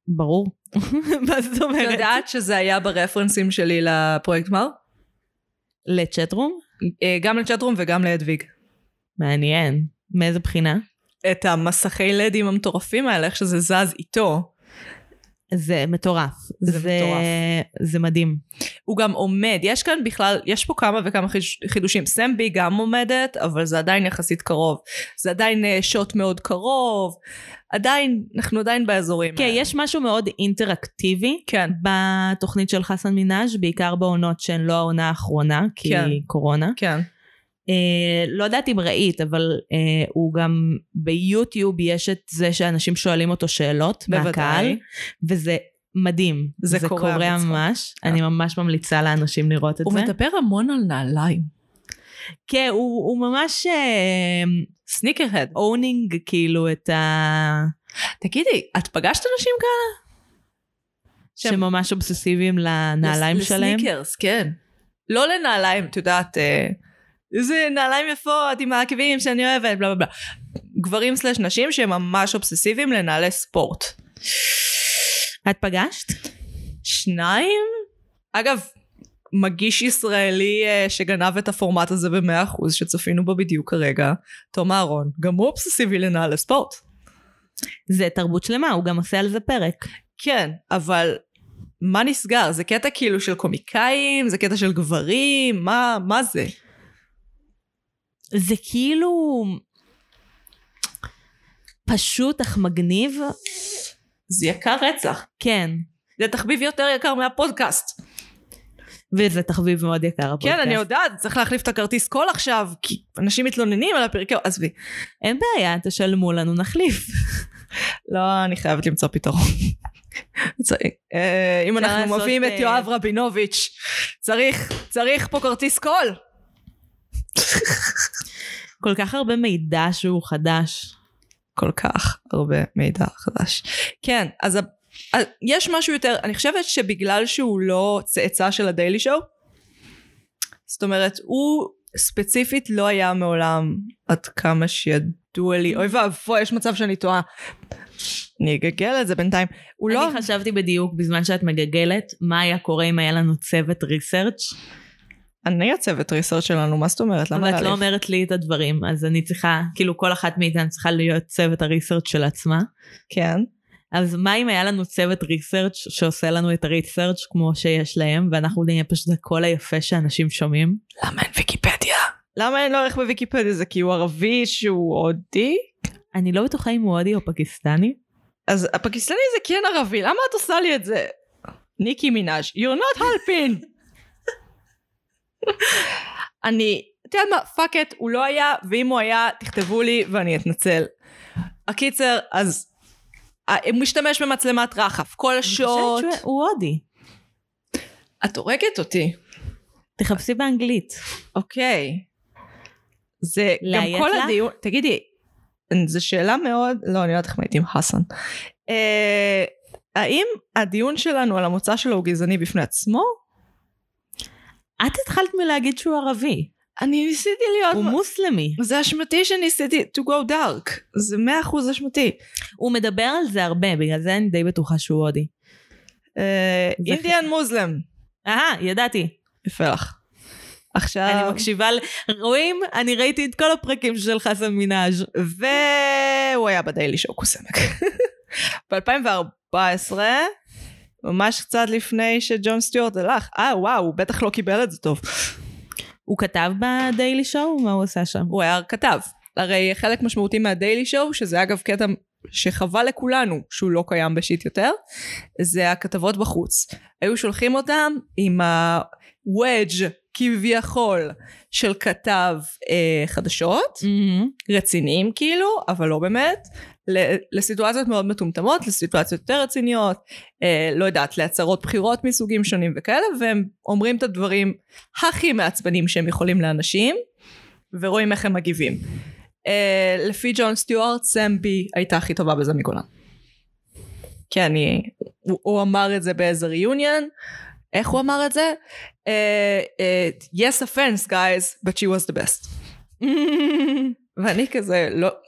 ברור. מה זאת אומרת? את יודעת שזה היה ברפרנסים שלי לפרויקט מר? לצ'טרום? גם לצ'טרום וגם לידוויג. מעניין. מאיזה בחינה? את המסכי לדים המטורפים האלה, איך שזה זז איתו. זה מטורף. זה, זה מטורף. זה מדהים. הוא גם עומד. יש כאן בכלל, יש פה כמה וכמה חידושים. סמבי גם עומדת, אבל זה עדיין יחסית קרוב. זה עדיין שוט מאוד קרוב. עדיין, אנחנו עדיין באזורים. כן, יש משהו מאוד אינטראקטיבי. כן. בתוכנית של חסן מינאז', בעיקר בעונות שהן לא העונה האחרונה, כי כן. קורונה. כן. Uh, לא יודעת אם ראית, אבל uh, הוא גם ביוטיוב יש את זה שאנשים שואלים אותו שאלות בוודאי. מהקהל, וזה מדהים. זה, זה קורה, קורה ממש. Yeah. אני ממש ממליצה לאנשים לראות את הוא זה. הוא מדבר המון על נעליים. כן, הוא, הוא ממש סניקר-הד. אונינג כאילו את ה... תגידי, את פגשת אנשים כאלה? שממש אובססיביים לנעליים לס- שלהם? לסניקרס, כן. לא לנעליים, את יודעת... Uh, איזה נעליים יפות עם העקבים שאני אוהבת, בלה בלה בלה. גברים סלש נשים שהם ממש אובססיביים לנעלי ספורט. את פגשת? שניים? אגב, מגיש ישראלי שגנב את הפורמט הזה ב-מאה אחוז, שצפינו בו בדיוק כרגע, תום אהרון, גם הוא אובססיבי לנעלי ספורט. זה תרבות שלמה, הוא גם עושה על זה פרק. כן, אבל מה נסגר? זה קטע כאילו של קומיקאים? זה קטע של גברים? מה, מה זה? זה כאילו פשוט אך מגניב. זה יקר רצח. כן. זה תחביב יותר יקר מהפודקאסט. וזה תחביב מאוד יקר הפודקאסט. כן, אני יודעת, צריך להחליף את הכרטיס קול עכשיו, כי אנשים מתלוננים על הפרקי... עזבי. אין בעיה, תשלמו לנו, נחליף. לא, אני חייבת למצוא פתרון. אם אנחנו מביאים את יואב רבינוביץ', צריך, צריך פה כרטיס קול. כל כך הרבה מידע שהוא חדש. כל כך הרבה מידע חדש. כן, אז יש משהו יותר, אני חושבת שבגלל שהוא לא צאצא של הדיילי שואו, זאת אומרת, הוא ספציפית לא היה מעולם עד כמה שידוע לי, אוי ואבוי, יש מצב שאני טועה. אני אגגל את זה בינתיים. אני לא... חשבתי בדיוק בזמן שאת מגגלת, מה היה קורה אם היה לנו צוות ריסרצ'? אני הצוות ריסרצ' שלנו, מה זאת אומרת? אבל את לא אומרת לי את הדברים, אז אני צריכה, כאילו כל אחת מאיתנו צריכה להיות צוות הריסרצ' של עצמה. כן. אז מה אם היה לנו צוות ריסרצ' שעושה לנו את הריסרצ' כמו שיש להם, ואנחנו נהיה פשוט הקול היפה שאנשים שומעים? למה אין ויקיפדיה? למה אין לו ערך בוויקיפדיה? זה כי הוא ערבי שהוא הודי? אני לא בטוחה אם הוא הודי או פקיסטני. אז הפקיסטני זה כן ערבי, למה את עושה לי את זה? ניקי מינאז', you're not helping. אני, אתה יודע מה, פאק את, הוא לא היה, ואם הוא היה, תכתבו לי ואני אתנצל. הקיצר, אז הוא משתמש במצלמת רחף, כל השוט. אני חושבת שהוא הודי. את הורגת אותי. תחפשי באנגלית. אוקיי. זה גם כל הדיון, תגידי, זו שאלה מאוד, לא, אני לא יודעת איך הייתי עם חסן. אה, האם הדיון שלנו על המוצא שלו הוא גזעני בפני עצמו? את התחלת מלהגיד שהוא ערבי. אני ניסיתי להיות... הוא מוסלמי. זה אשמתי שניסיתי to go dark. זה מאה אחוז אשמתי. הוא מדבר על זה הרבה, בגלל זה אני די בטוחה שהוא הודי. אינדיאן מוסלם. אה, ידעתי. יפה לך. עכשיו... אני מקשיבה, רואים? אני ראיתי את כל הפרקים של חסן מינאז' והוא היה בדיילי שואו קוסמק. ב-אלפיים וארבע עשרה, ממש קצת לפני שג'ון סטיוארט הלך. אה, וואו, הוא בטח לא קיבל את זה טוב. הוא כתב בדיילי שואו? מה הוא עשה שם? הוא היה כתב. הרי חלק משמעותי מהדיילי שואו, שזה אגב קטע שחבל לכולנו שהוא לא קיים בשיט יותר, זה הכתבות בחוץ. היו שולחים אותם עם ה-wedge כביכול של כתב אה, חדשות, mm-hmm. רציניים כאילו, אבל לא באמת, לסיטואציות מאוד מטומטמות, לסיטואציות יותר רציניות, אה, לא יודעת, להצהרות בחירות מסוגים שונים וכאלה, והם אומרים את הדברים הכי מעצבנים שהם יכולים לאנשים, ורואים איך הם מגיבים. אה, לפי ג'ון סטיוארט, סמבי הייתה הכי טובה בזה מכולם. כן, אני, הוא, הוא אמר את זה באיזה ריוניון, איך הוא אמר את זה? Uh, uh, yes offense guys, but she was the best. ואני כזה, לא...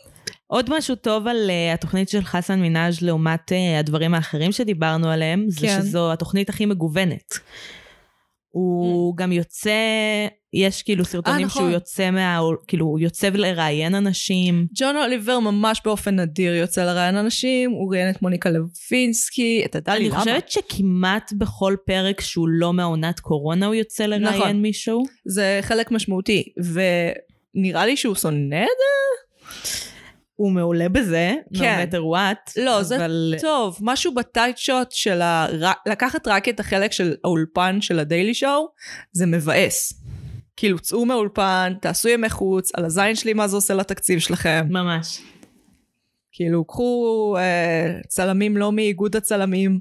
עוד משהו טוב על uh, התוכנית של חסן מנאז' לעומת uh, הדברים האחרים שדיברנו עליהם, זה כן. שזו התוכנית הכי מגוונת. הוא גם יוצא, יש כאילו סרטונים נכון. שהוא יוצא מה, כאילו הוא יוצא לראיין אנשים. ג'ון אוליבר ממש באופן נדיר יוצא לראיין אנשים, הוא ראיין את מוניקה לוינסקי, את הדלי אני למה. חושבת שכמעט בכל פרק שהוא לא מעונת קורונה הוא יוצא לראיין נכון. מישהו. זה חלק משמעותי, ונראה לי שהוא שונא את זה? הוא מעולה בזה, כן. no matter what. לא, זה אבל... טוב, משהו בטייט שוט של ה... לקחת רק את החלק של האולפן של הדיילי שואו, זה מבאס. כאילו, צאו מהאולפן, תעשו ימי חוץ, על הזין שלי מה זה עושה לתקציב שלכם. ממש. כאילו, קחו אה, צלמים לא מאיגוד הצלמים.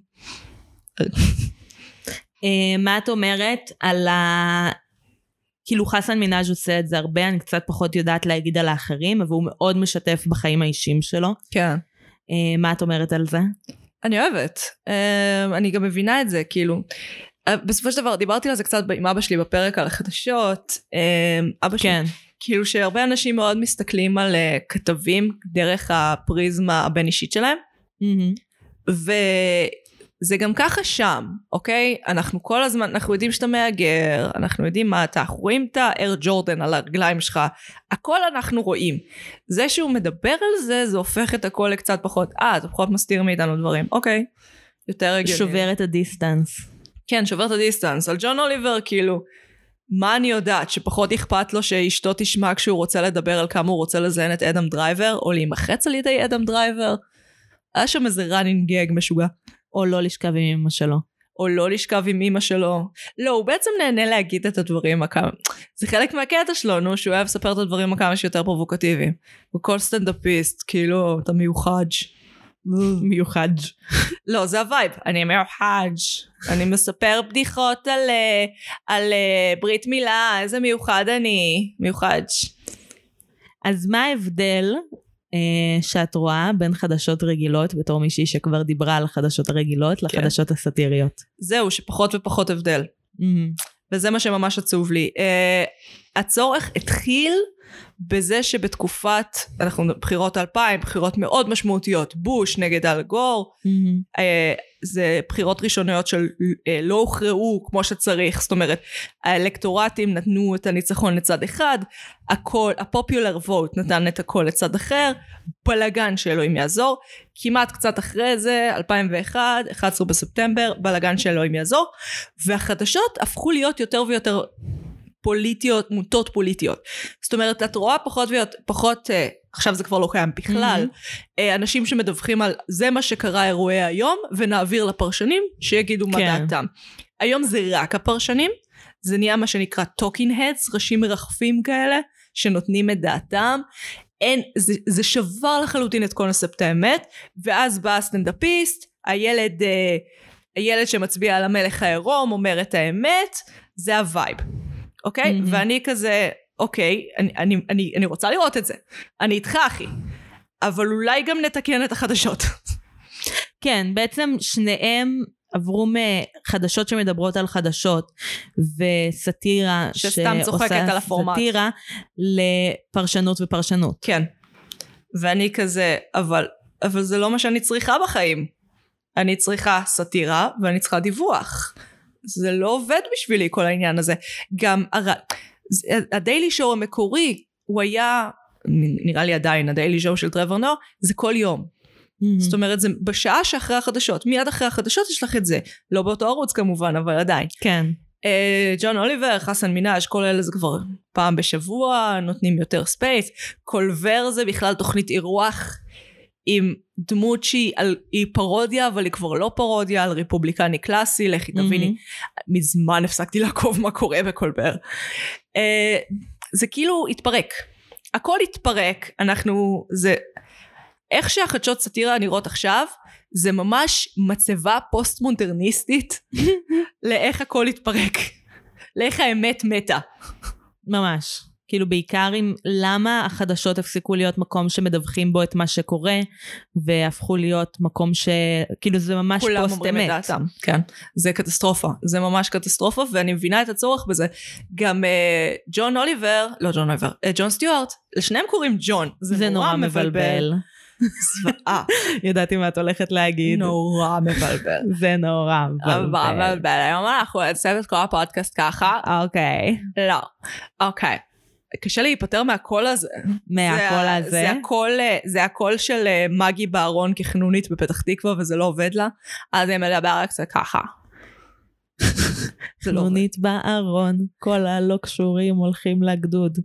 אה, מה את אומרת על ה... כאילו חסן מנאז' עושה את זה הרבה, אני קצת פחות יודעת להגיד על האחרים, אבל הוא מאוד משתף בחיים האישיים שלו. כן. Uh, מה את אומרת על זה? אני אוהבת. Uh, אני גם מבינה את זה, כאילו. Uh, בסופו של דבר, דיברתי על זה קצת עם אבא שלי בפרק על החדשות. Uh, אבא שלי, כן. כאילו שהרבה אנשים מאוד מסתכלים על uh, כתבים דרך הפריזמה הבין אישית שלהם. Mm-hmm. ו... זה גם ככה שם, אוקיי? אנחנו כל הזמן, אנחנו יודעים שאתה מאגר, אנחנו יודעים מה אתה, אנחנו רואים את האר ג'ורדן על הרגליים שלך, הכל אנחנו רואים. זה שהוא מדבר על זה, זה הופך את הכל לקצת פחות, אה, זה פחות מסתיר מאיתנו דברים, אוקיי. יותר הגיוני. שובר את הדיסטנס. כן, שובר את הדיסטנס. על ג'ון אוליבר, כאילו, מה אני יודעת? שפחות אכפת לו שאשתו תשמע כשהוא רוצה לדבר על כמה הוא רוצה לזיין את אדם דרייבר, או להימחץ על ידי אדם דרייבר. היה שם איזה running gag משוגע. או לא לשכב עם אמא שלו. או לא לשכב עם אמא שלו. לא, הוא בעצם נהנה להגיד את הדברים הכמה... זה חלק מהקטע שלו, נו, שהוא אוהב לספר את הדברים הכמה שיותר פרובוקטיביים. הוא כל סטנדאפיסט, כאילו, אתה מיוחד. מיוחד. לא, זה הווייב. אני מיוחד. אני מספר בדיחות על, על ברית מילה, איזה מיוחד אני. מיוחד. אז מה ההבדל אה, שאת רואה בין חדשות רגילות, בתור מישהי שכבר דיברה על החדשות הרגילות, לחדשות הסאטיריות? זהו, שפחות ופחות הבדל. Mm-hmm. וזה מה שממש עצוב לי. Uh, הצורך התחיל בזה שבתקופת, אנחנו בחירות אלפיים, בחירות מאוד משמעותיות, בוש נגד אל גור, mm-hmm. uh, זה בחירות ראשוניות של uh, לא הוכרעו כמו שצריך, זאת אומרת, האלקטורטים נתנו את הניצחון לצד אחד, הכל, הפופולר ווט נתן את הכל לצד אחר, בלגן שאלוהים יעזור, כמעט קצת אחרי זה, אלפיים ואחת, אחד עשר בספטמבר, בלגן שאלוהים יעזור, והחדשות הפכו להיות יותר ויותר פוליטיות, מוטות פוליטיות. זאת אומרת, את רואה פחות ויותר, פחות, אה, עכשיו זה כבר לא קיים בכלל, mm-hmm. אה, אנשים שמדווחים על זה מה שקרה אירועי היום, ונעביר לפרשנים שיגידו מה כן. דעתם. היום זה רק הפרשנים, זה נהיה מה שנקרא talking heads, ראשים מרחפים כאלה, שנותנים את דעתם, אין, זה, זה שבר לחלוטין את קונספט האמת, ואז בא הסטנדאפיסט, הילד, אה, הילד שמצביע על המלך העירום, אומר את האמת, זה הווייב. אוקיי? Mm-hmm. ואני כזה, אוקיי, אני, אני, אני, אני רוצה לראות את זה. אני איתך, אחי. אבל אולי גם נתקן את החדשות. כן, בעצם שניהם עברו מחדשות שמדברות על חדשות, וסטירה שסתם צוחקת על הפורמט. סטירה לפרשנות ופרשנות. כן. ואני כזה, אבל, אבל זה לא מה שאני צריכה בחיים. אני צריכה סטירה, ואני צריכה דיווח. זה לא עובד בשבילי כל העניין הזה. גם הר... הדיילי שואו המקורי, הוא היה, נראה לי עדיין, הדיילי שואו של טרוור נואר, זה כל יום. Mm-hmm. זאת אומרת, זה בשעה שאחרי החדשות, מיד אחרי החדשות יש לך את זה. לא באותו ערוץ כמובן, אבל עדיין. כן. ג'ון אוליבר, חסן מנאז', כל אלה זה כבר פעם בשבוע, נותנים יותר ספייס. קולבר זה בכלל תוכנית אירוח, עם דמות שהיא על, היא פרודיה, אבל היא כבר לא פרודיה, על ריפובליקני קלאסי, לכי תביני, mm-hmm. מזמן הפסקתי לעקוב מה קורה בקולבר. Uh, זה כאילו התפרק. הכל התפרק, אנחנו, זה, איך שהחדשות סאטירה נראות עכשיו, זה ממש מצבה פוסט-מודרניסטית, לאיך הכל התפרק. לאיך האמת מתה. ממש. כאילו בעיקר עם למה החדשות הפסיקו להיות מקום שמדווחים בו את מה שקורה, והפכו להיות מקום ש... כאילו זה ממש פוסט אמת. כולם אומרים את דעתם, כן. זה קטסטרופה, זה ממש קטסטרופה, ואני מבינה את הצורך בזה. גם uh, ג'ון אוליבר, לא ג'ון אוליבר, uh, ג'ון סטיוארט, לשניהם קוראים ג'ון. זה, זה נורא, נורא מבלבל. זוועה. ידעתי מה את הולכת להגיד. נורא מבלבל. זה נורא מבלבל. מבלבל. היום אנחנו נעשה את כל הפודקאסט ככה. אוקיי. לא. אוקיי. קשה לי להיפטר מהקול הזה. מהקול הזה? זה הקול, זה הקול של מגי בארון כחנונית בפתח תקווה, וזה לא עובד לה. אז היא מדברת קצת ככה. חנונית בארון, כל הלא קשורים הולכים לגדוד.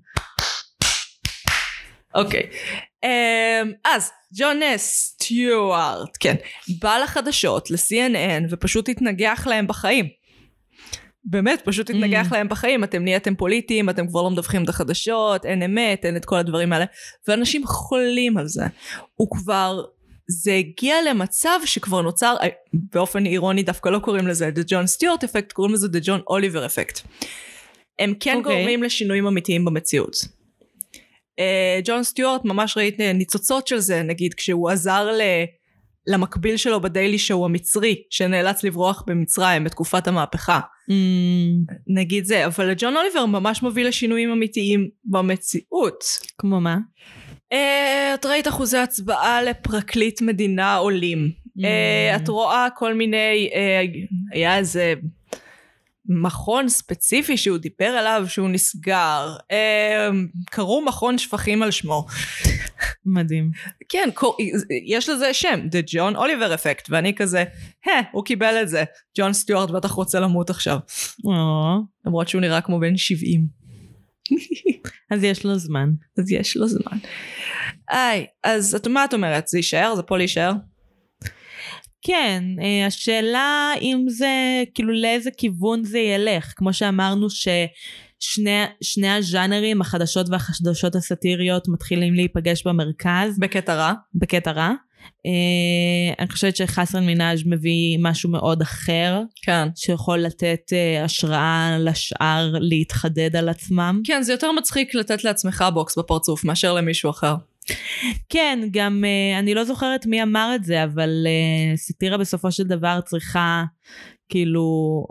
אוקיי. אז ג'ון סטיוארט, כן, בא לחדשות, ל-סי אן אן, ופשוט התנגח להם בחיים. באמת, פשוט התנגח להם בחיים. אתם נהייתם פוליטיים, אתם כבר לא מדווחים את החדשות, אין אמת, אין את כל הדברים האלה. ואנשים חולים על זה. הוא כבר, זה הגיע למצב שכבר נוצר, באופן אירוני דווקא לא קוראים לזה The John Stewart Effect, קוראים לזה The John Oliver Effect. הם כן okay. גורמים לשינויים אמיתיים במציאות. ג'ון סטיוארט, ממש ראית ניצוצות של זה, נגיד כשהוא עזר ל... למקביל שלו בדיילי שואו המצרי, שנאלץ לברוח במצרים בתקופת המהפכה. Mm. נגיד זה, אבל ג'ון אוליבר ממש מוביל לשינויים אמיתיים במציאות. כמו מה? Uh, את ראית אחוזי הצבעה לפרקליט מדינה עולים. Mm. Uh, את רואה כל מיני, uh, היה איזה... מכון ספציפי שהוא דיבר עליו שהוא נסגר, קראו מכון שפכים על שמו. מדהים. כן, יש לזה שם, The John Oliver Effect, ואני כזה, הוא קיבל את זה, ג'ון סטיוארט בטח רוצה למות עכשיו. למרות שהוא נראה כמו בן שבעים. אז יש לו זמן. אז יש לו זמן. איי, אז מה את אומרת? זה יישאר? זה פה להישאר? כן, השאלה אם זה, כאילו לאיזה כיוון זה ילך, כמו שאמרנו ששני שני הז'אנרים, החדשות והחדשות הסאטיריות מתחילים להיפגש במרכז. בקטע רע. בקטע רע. אני חושבת שחסן מנאז' מביא משהו מאוד אחר, כן. שיכול לתת השראה לשאר להתחדד על עצמם. כן, זה יותר מצחיק לתת לעצמך בוקס בפרצוף מאשר למישהו אחר. כן, גם אני לא זוכרת מי אמר את זה, אבל סאטירה בסופו של דבר צריכה כאילו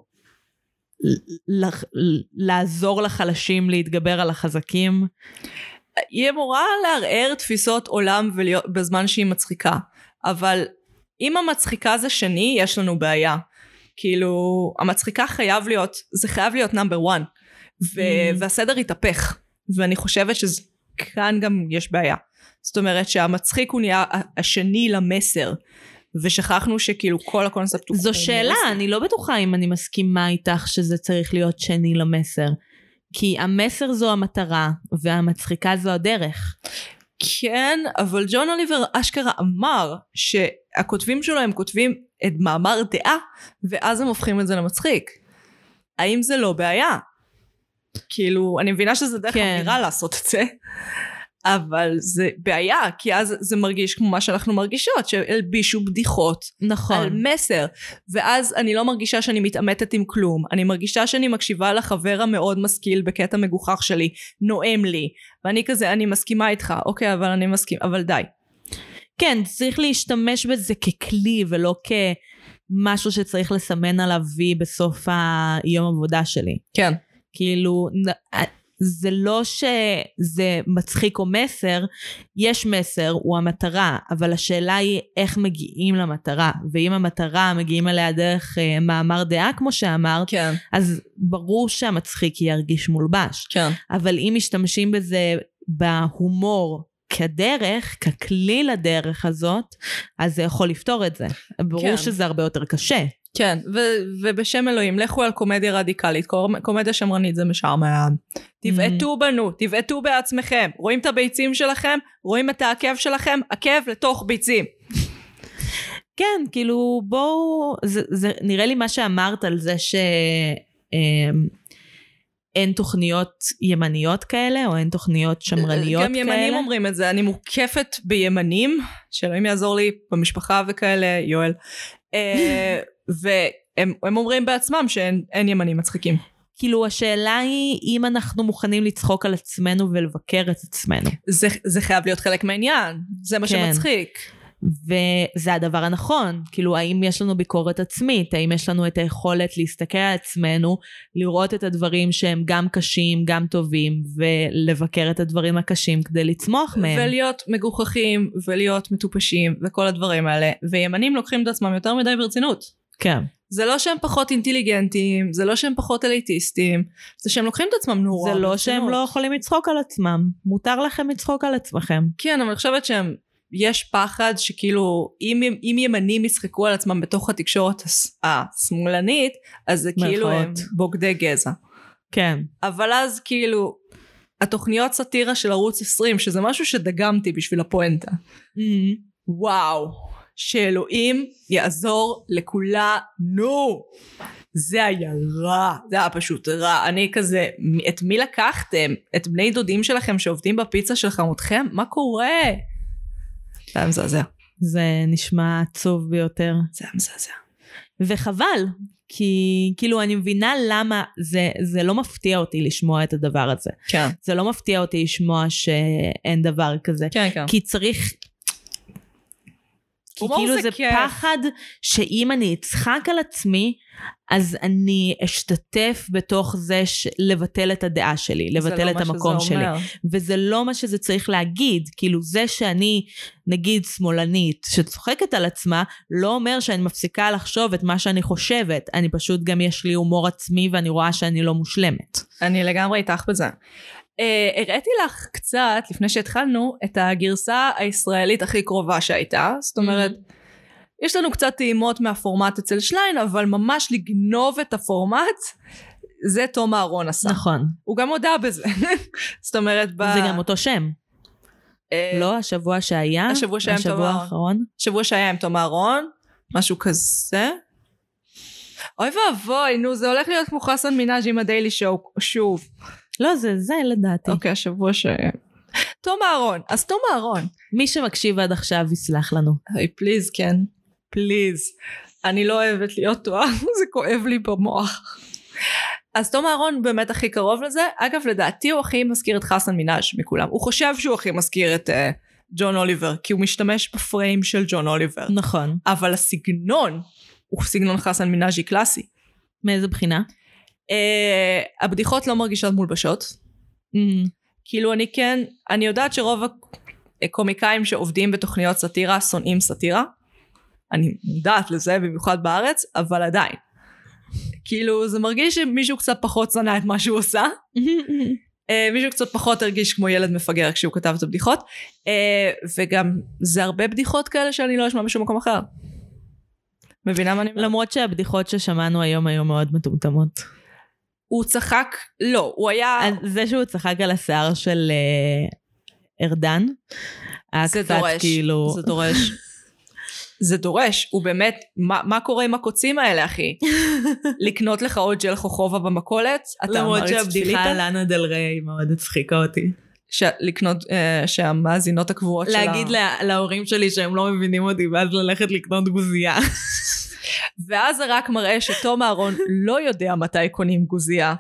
לעזור לחלשים להתגבר על החזקים. היא אמורה לערער תפיסות עולם בזמן שהיא מצחיקה, אבל אם המצחיקה זה שני, יש לנו בעיה. כאילו, המצחיקה חייב להיות, זה חייב להיות נאמבר וואן, והסדר יתהפך, ואני חושבת שכאן גם יש בעיה. זאת אומרת שהמצחיק הוא נהיה השני למסר, ושכחנו שכאילו כל הקונספט הוא... זו שאלה, אני לא בטוחה אם אני מסכימה איתך שזה צריך להיות שני למסר, כי המסר זו המטרה, והמצחיקה זו הדרך. כן, אבל ג'ון אוליבר אשכרה אמר שהכותבים שלו הם כותבים את מאמר דעה, ואז הם הופכים את זה למצחיק. האם זה לא בעיה? כאילו, אני מבינה שזה דרך כן. אמירה לעשות את זה, אבל זה בעיה, כי אז זה מרגיש כמו מה שאנחנו מרגישות, שהלבישו בדיחות נכון. על מסר, ואז אני לא מרגישה שאני מתאמתת עם כלום, אני מרגישה שאני מקשיבה לחבר המאוד משכיל בקטע מגוחך שלי, נועם לי, ואני כזה, אני מסכימה איתך, אוקיי, אבל אני מסכים, אבל די. כן, צריך להשתמש בזה ככלי, ולא כמשהו שצריך לסמן עליו וי בסוף היום עבודה שלי. כן. כאילו... זה לא שזה מצחיק או מסר, יש מסר, הוא המטרה, אבל השאלה היא איך מגיעים למטרה, ואם המטרה מגיעים אליה דרך uh, מאמר דעה, כמו שאמרת, כן. אז ברור שהמצחיק ירגיש מולבש. כן. אבל אם משתמשים בזה בהומור כדרך, ככלי לדרך הזאת, אז זה יכול לפתור את זה. ברור כן. שזה הרבה יותר קשה. כן, ו- ובשם אלוהים, לכו על קומדיה רדיקלית, קומדיה שמרנית זה משעמם. תבעטו בנו, תבעטו בעצמכם, רואים את הביצים שלכם, רואים את העקב שלכם, עקב לתוך ביצים. כן, כאילו בואו, זה, זה נראה לי מה שאמרת על זה שאין תוכניות ימניות כאלה, או אין תוכניות שמרניות כאלה. גם ימנים אומרים את זה, אני מוקפת בימנים, שאלוהים יעזור לי במשפחה וכאלה, יואל. והם הם אומרים בעצמם שאין ימנים מצחיקים. כאילו השאלה היא אם אנחנו מוכנים לצחוק על עצמנו ולבקר את עצמנו. זה, זה חייב להיות חלק מהעניין, זה מה כן. שמצחיק. וזה הדבר הנכון, כאילו האם יש לנו ביקורת עצמית, האם יש לנו את היכולת להסתכל על עצמנו, לראות את הדברים שהם גם קשים, גם טובים, ולבקר את הדברים הקשים כדי לצמוח מהם. ולהיות מגוחכים, ולהיות מטופשים, וכל הדברים האלה. וימנים לוקחים את עצמם יותר מדי ברצינות. כן. זה לא שהם פחות אינטליגנטים, זה לא שהם פחות אליטיסטים, זה שהם לוקחים את עצמם נורא זה ברצינות. לא שהם לא יכולים לצחוק על עצמם, מותר לכם לצחוק על עצמכם. כן, אבל אני חושבת שהם, יש פחד שכאילו, אם, אם ימנים יצחקו על עצמם בתוך התקשורת השמאלנית, אז זה כאילו הם בוגדי גזע. כן. אבל אז כאילו, התוכניות סאטירה של ערוץ עשרים, שזה משהו שדגמתי בשביל הפואנטה. Mm-hmm. וואו, שאלוהים יעזור לכולנו. זה היה רע, זה היה פשוט רע. אני כזה, את מי לקחתם? את בני דודים שלכם שעובדים בפיצה של חמותכם? מה קורה? זה היה מזעזע. זה נשמע עצוב ביותר. זה היה מזעזע. וחבל, כי כאילו אני מבינה למה זה, זה לא מפתיע אותי לשמוע את הדבר הזה. כן. זה לא מפתיע אותי לשמוע שאין דבר כזה. כן, כן. כי צריך... כי כאילו זה, זה פחד שאם אני אצחק על עצמי, אז אני אשתתף בתוך זה ש... לבטל את הדעה שלי, לבטל את המקום שלי. וזה לא מה שזה צריך להגיד, כאילו זה שאני נגיד שמאלנית שצוחקת על עצמה, לא אומר שאני מפסיקה לחשוב את מה שאני חושבת, אני פשוט גם יש לי הומור עצמי ואני רואה שאני לא מושלמת. אני לגמרי איתך בזה. Uh, הראיתי לך קצת, לפני שהתחלנו, את הגרסה הישראלית הכי קרובה שהייתה, זאת אומרת, mm-hmm. יש לנו קצת טעימות מהפורמט אצל שליין, אבל ממש לגנוב את הפורמט, זה תום אהרון עשה. נכון. הוא גם הודע בזה. זאת אומרת, ב... זה גם אותו שם. Uh, לא, השבוע שהיה, השבוע שהיה עם תום האחרון. השבוע שהיה עם תום אהרון, משהו כזה. אוי ואבוי, נו, זה הולך להיות כמו חסן מנאז' עם הדיילי שואו, שוב. לא, זה זה לדעתי. אוקיי, השבוע ש... תום אהרון, אז תום אהרון. מי שמקשיב עד עכשיו יסלח לנו. היי, פליז, כן. פליז. אני לא אוהבת להיות טועה, זה כואב לי במוח. אז תום אהרון באמת הכי קרוב לזה. אגב, לדעתי הוא הכי מזכיר את חסן מנאז' מכולם. הוא חושב שהוא הכי מזכיר את uh, ג'ון אוליבר, כי הוא משתמש בפריים של ג'ון אוליבר. נכון. אבל הסגנון הוא סגנון חסן מנאז'י קלאסי. מאיזה בחינה? Uh, הבדיחות לא מרגישות מולבשות. Mm-hmm. כאילו אני כן, אני יודעת שרוב הקומיקאים שעובדים בתוכניות סאטירה שונאים סאטירה. אני מודעת לזה במיוחד בארץ, אבל עדיין. כאילו זה מרגיש שמישהו קצת פחות שנא את מה שהוא עושה. uh, מישהו קצת פחות הרגיש כמו ילד מפגר כשהוא כתב את הבדיחות. Uh, וגם זה הרבה בדיחות כאלה שאני לא אשמע בשום מקום אחר. מבינה מה אני אומר? למרות שהבדיחות ששמענו היום היו מאוד מטומטמות. הוא צחק, לא, הוא היה... זה שהוא צחק על השיער של uh, ארדן, זה דורש, כאילו... זה דורש. זה דורש, הוא באמת, מה, מה קורה עם הקוצים האלה, אחי? לקנות לך עוד ג'ל חוכובה במקולת? למרות שהבדיחה על לאנה דל ריי מאוד הצחיקה אותי. ש... לקנות, uh, שהמאזינות הקבועות שלה... להגיד לה, להורים שלי שהם לא מבינים אותי, ואז ללכת לקנות גוזייה. ואז זה רק מראה שתום אהרון לא יודע מתי קונים גוזייה.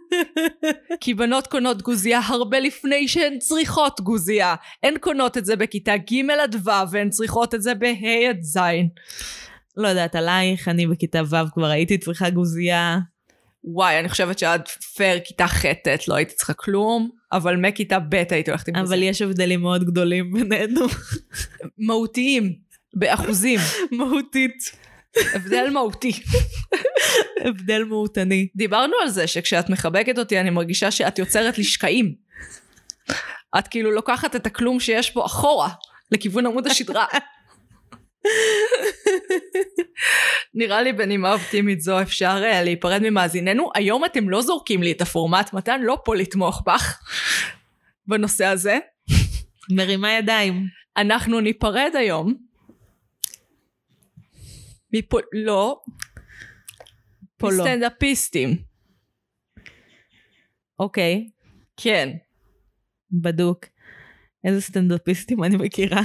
כי בנות קונות גוזייה הרבה לפני שהן צריכות גוזייה. הן קונות את זה בכיתה ג' עד ו' והן צריכות את זה בה' עד ז'. לא יודעת עלייך, אני בכיתה ו' כבר הייתי צריכה גוזייה. וואי, אני חושבת שעד פר כיתה ח' לא הייתי צריכה כלום, אבל מכיתה ב' הייתי הולכת עם גוזייה. אבל יש הבדלים מאוד גדולים בינינו. מהותיים, באחוזים. מהותית. הבדל מהותי. הבדל מהותני. דיברנו על זה שכשאת מחבקת אותי אני מרגישה שאת יוצרת לי שקעים. את כאילו לוקחת את הכלום שיש פה אחורה לכיוון עמוד השדרה. נראה לי בנימה אופטימית זו אפשר להיפרד ממאזיננו. היום אתם לא זורקים לי את הפורמט, מתן לא פה לתמוך בך בנושא הזה. מרימה ידיים. אנחנו ניפרד היום. מפו... לא. פה לא. מסטנדאפיסטים. אוקיי. כן. בדוק. איזה סטנדאפיסטים אני מכירה.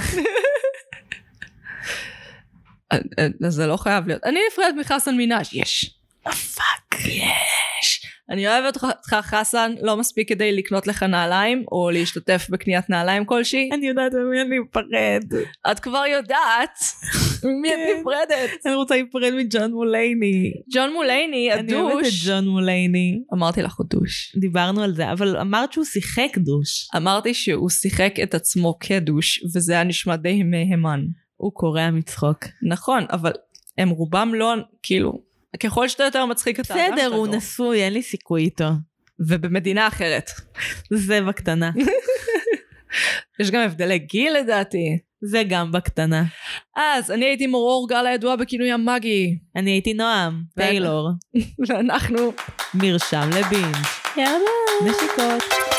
זה לא חייב להיות. אני נפרד מחסן מנאז' יש. פאק. יש. אני אוהבת אותך חסן, לא מספיק כדי לקנות לך נעליים, או להשתתף בקניית נעליים כלשהי. אני יודעת במי אני אפרד. את כבר יודעת ממי את נפרדת. אני רוצה להיפרד מג'ון מולייני. ג'ון מולייני, הדוש. אני אוהבת את ג'ון מולייני. אמרתי לך הוא דוש. דיברנו על זה, אבל אמרת שהוא שיחק דוש. אמרתי שהוא שיחק את עצמו כדוש, וזה היה נשמע די מהימן. הוא קורע מצחוק. נכון, אבל הם רובם לא, כאילו, ככל שאתה יותר מצחיק את האדם שלו. בסדר, הוא נשוי, אין לי סיכוי איתו. ובמדינה אחרת. זה בקטנה. יש גם הבדלי גיל לדעתי. זה גם בקטנה. אז אני הייתי מורור גל הידוע בכינוי המאגי. אני הייתי נועם, טיילור. ואנחנו מרשם לבינג'. יאללה. נשיקות.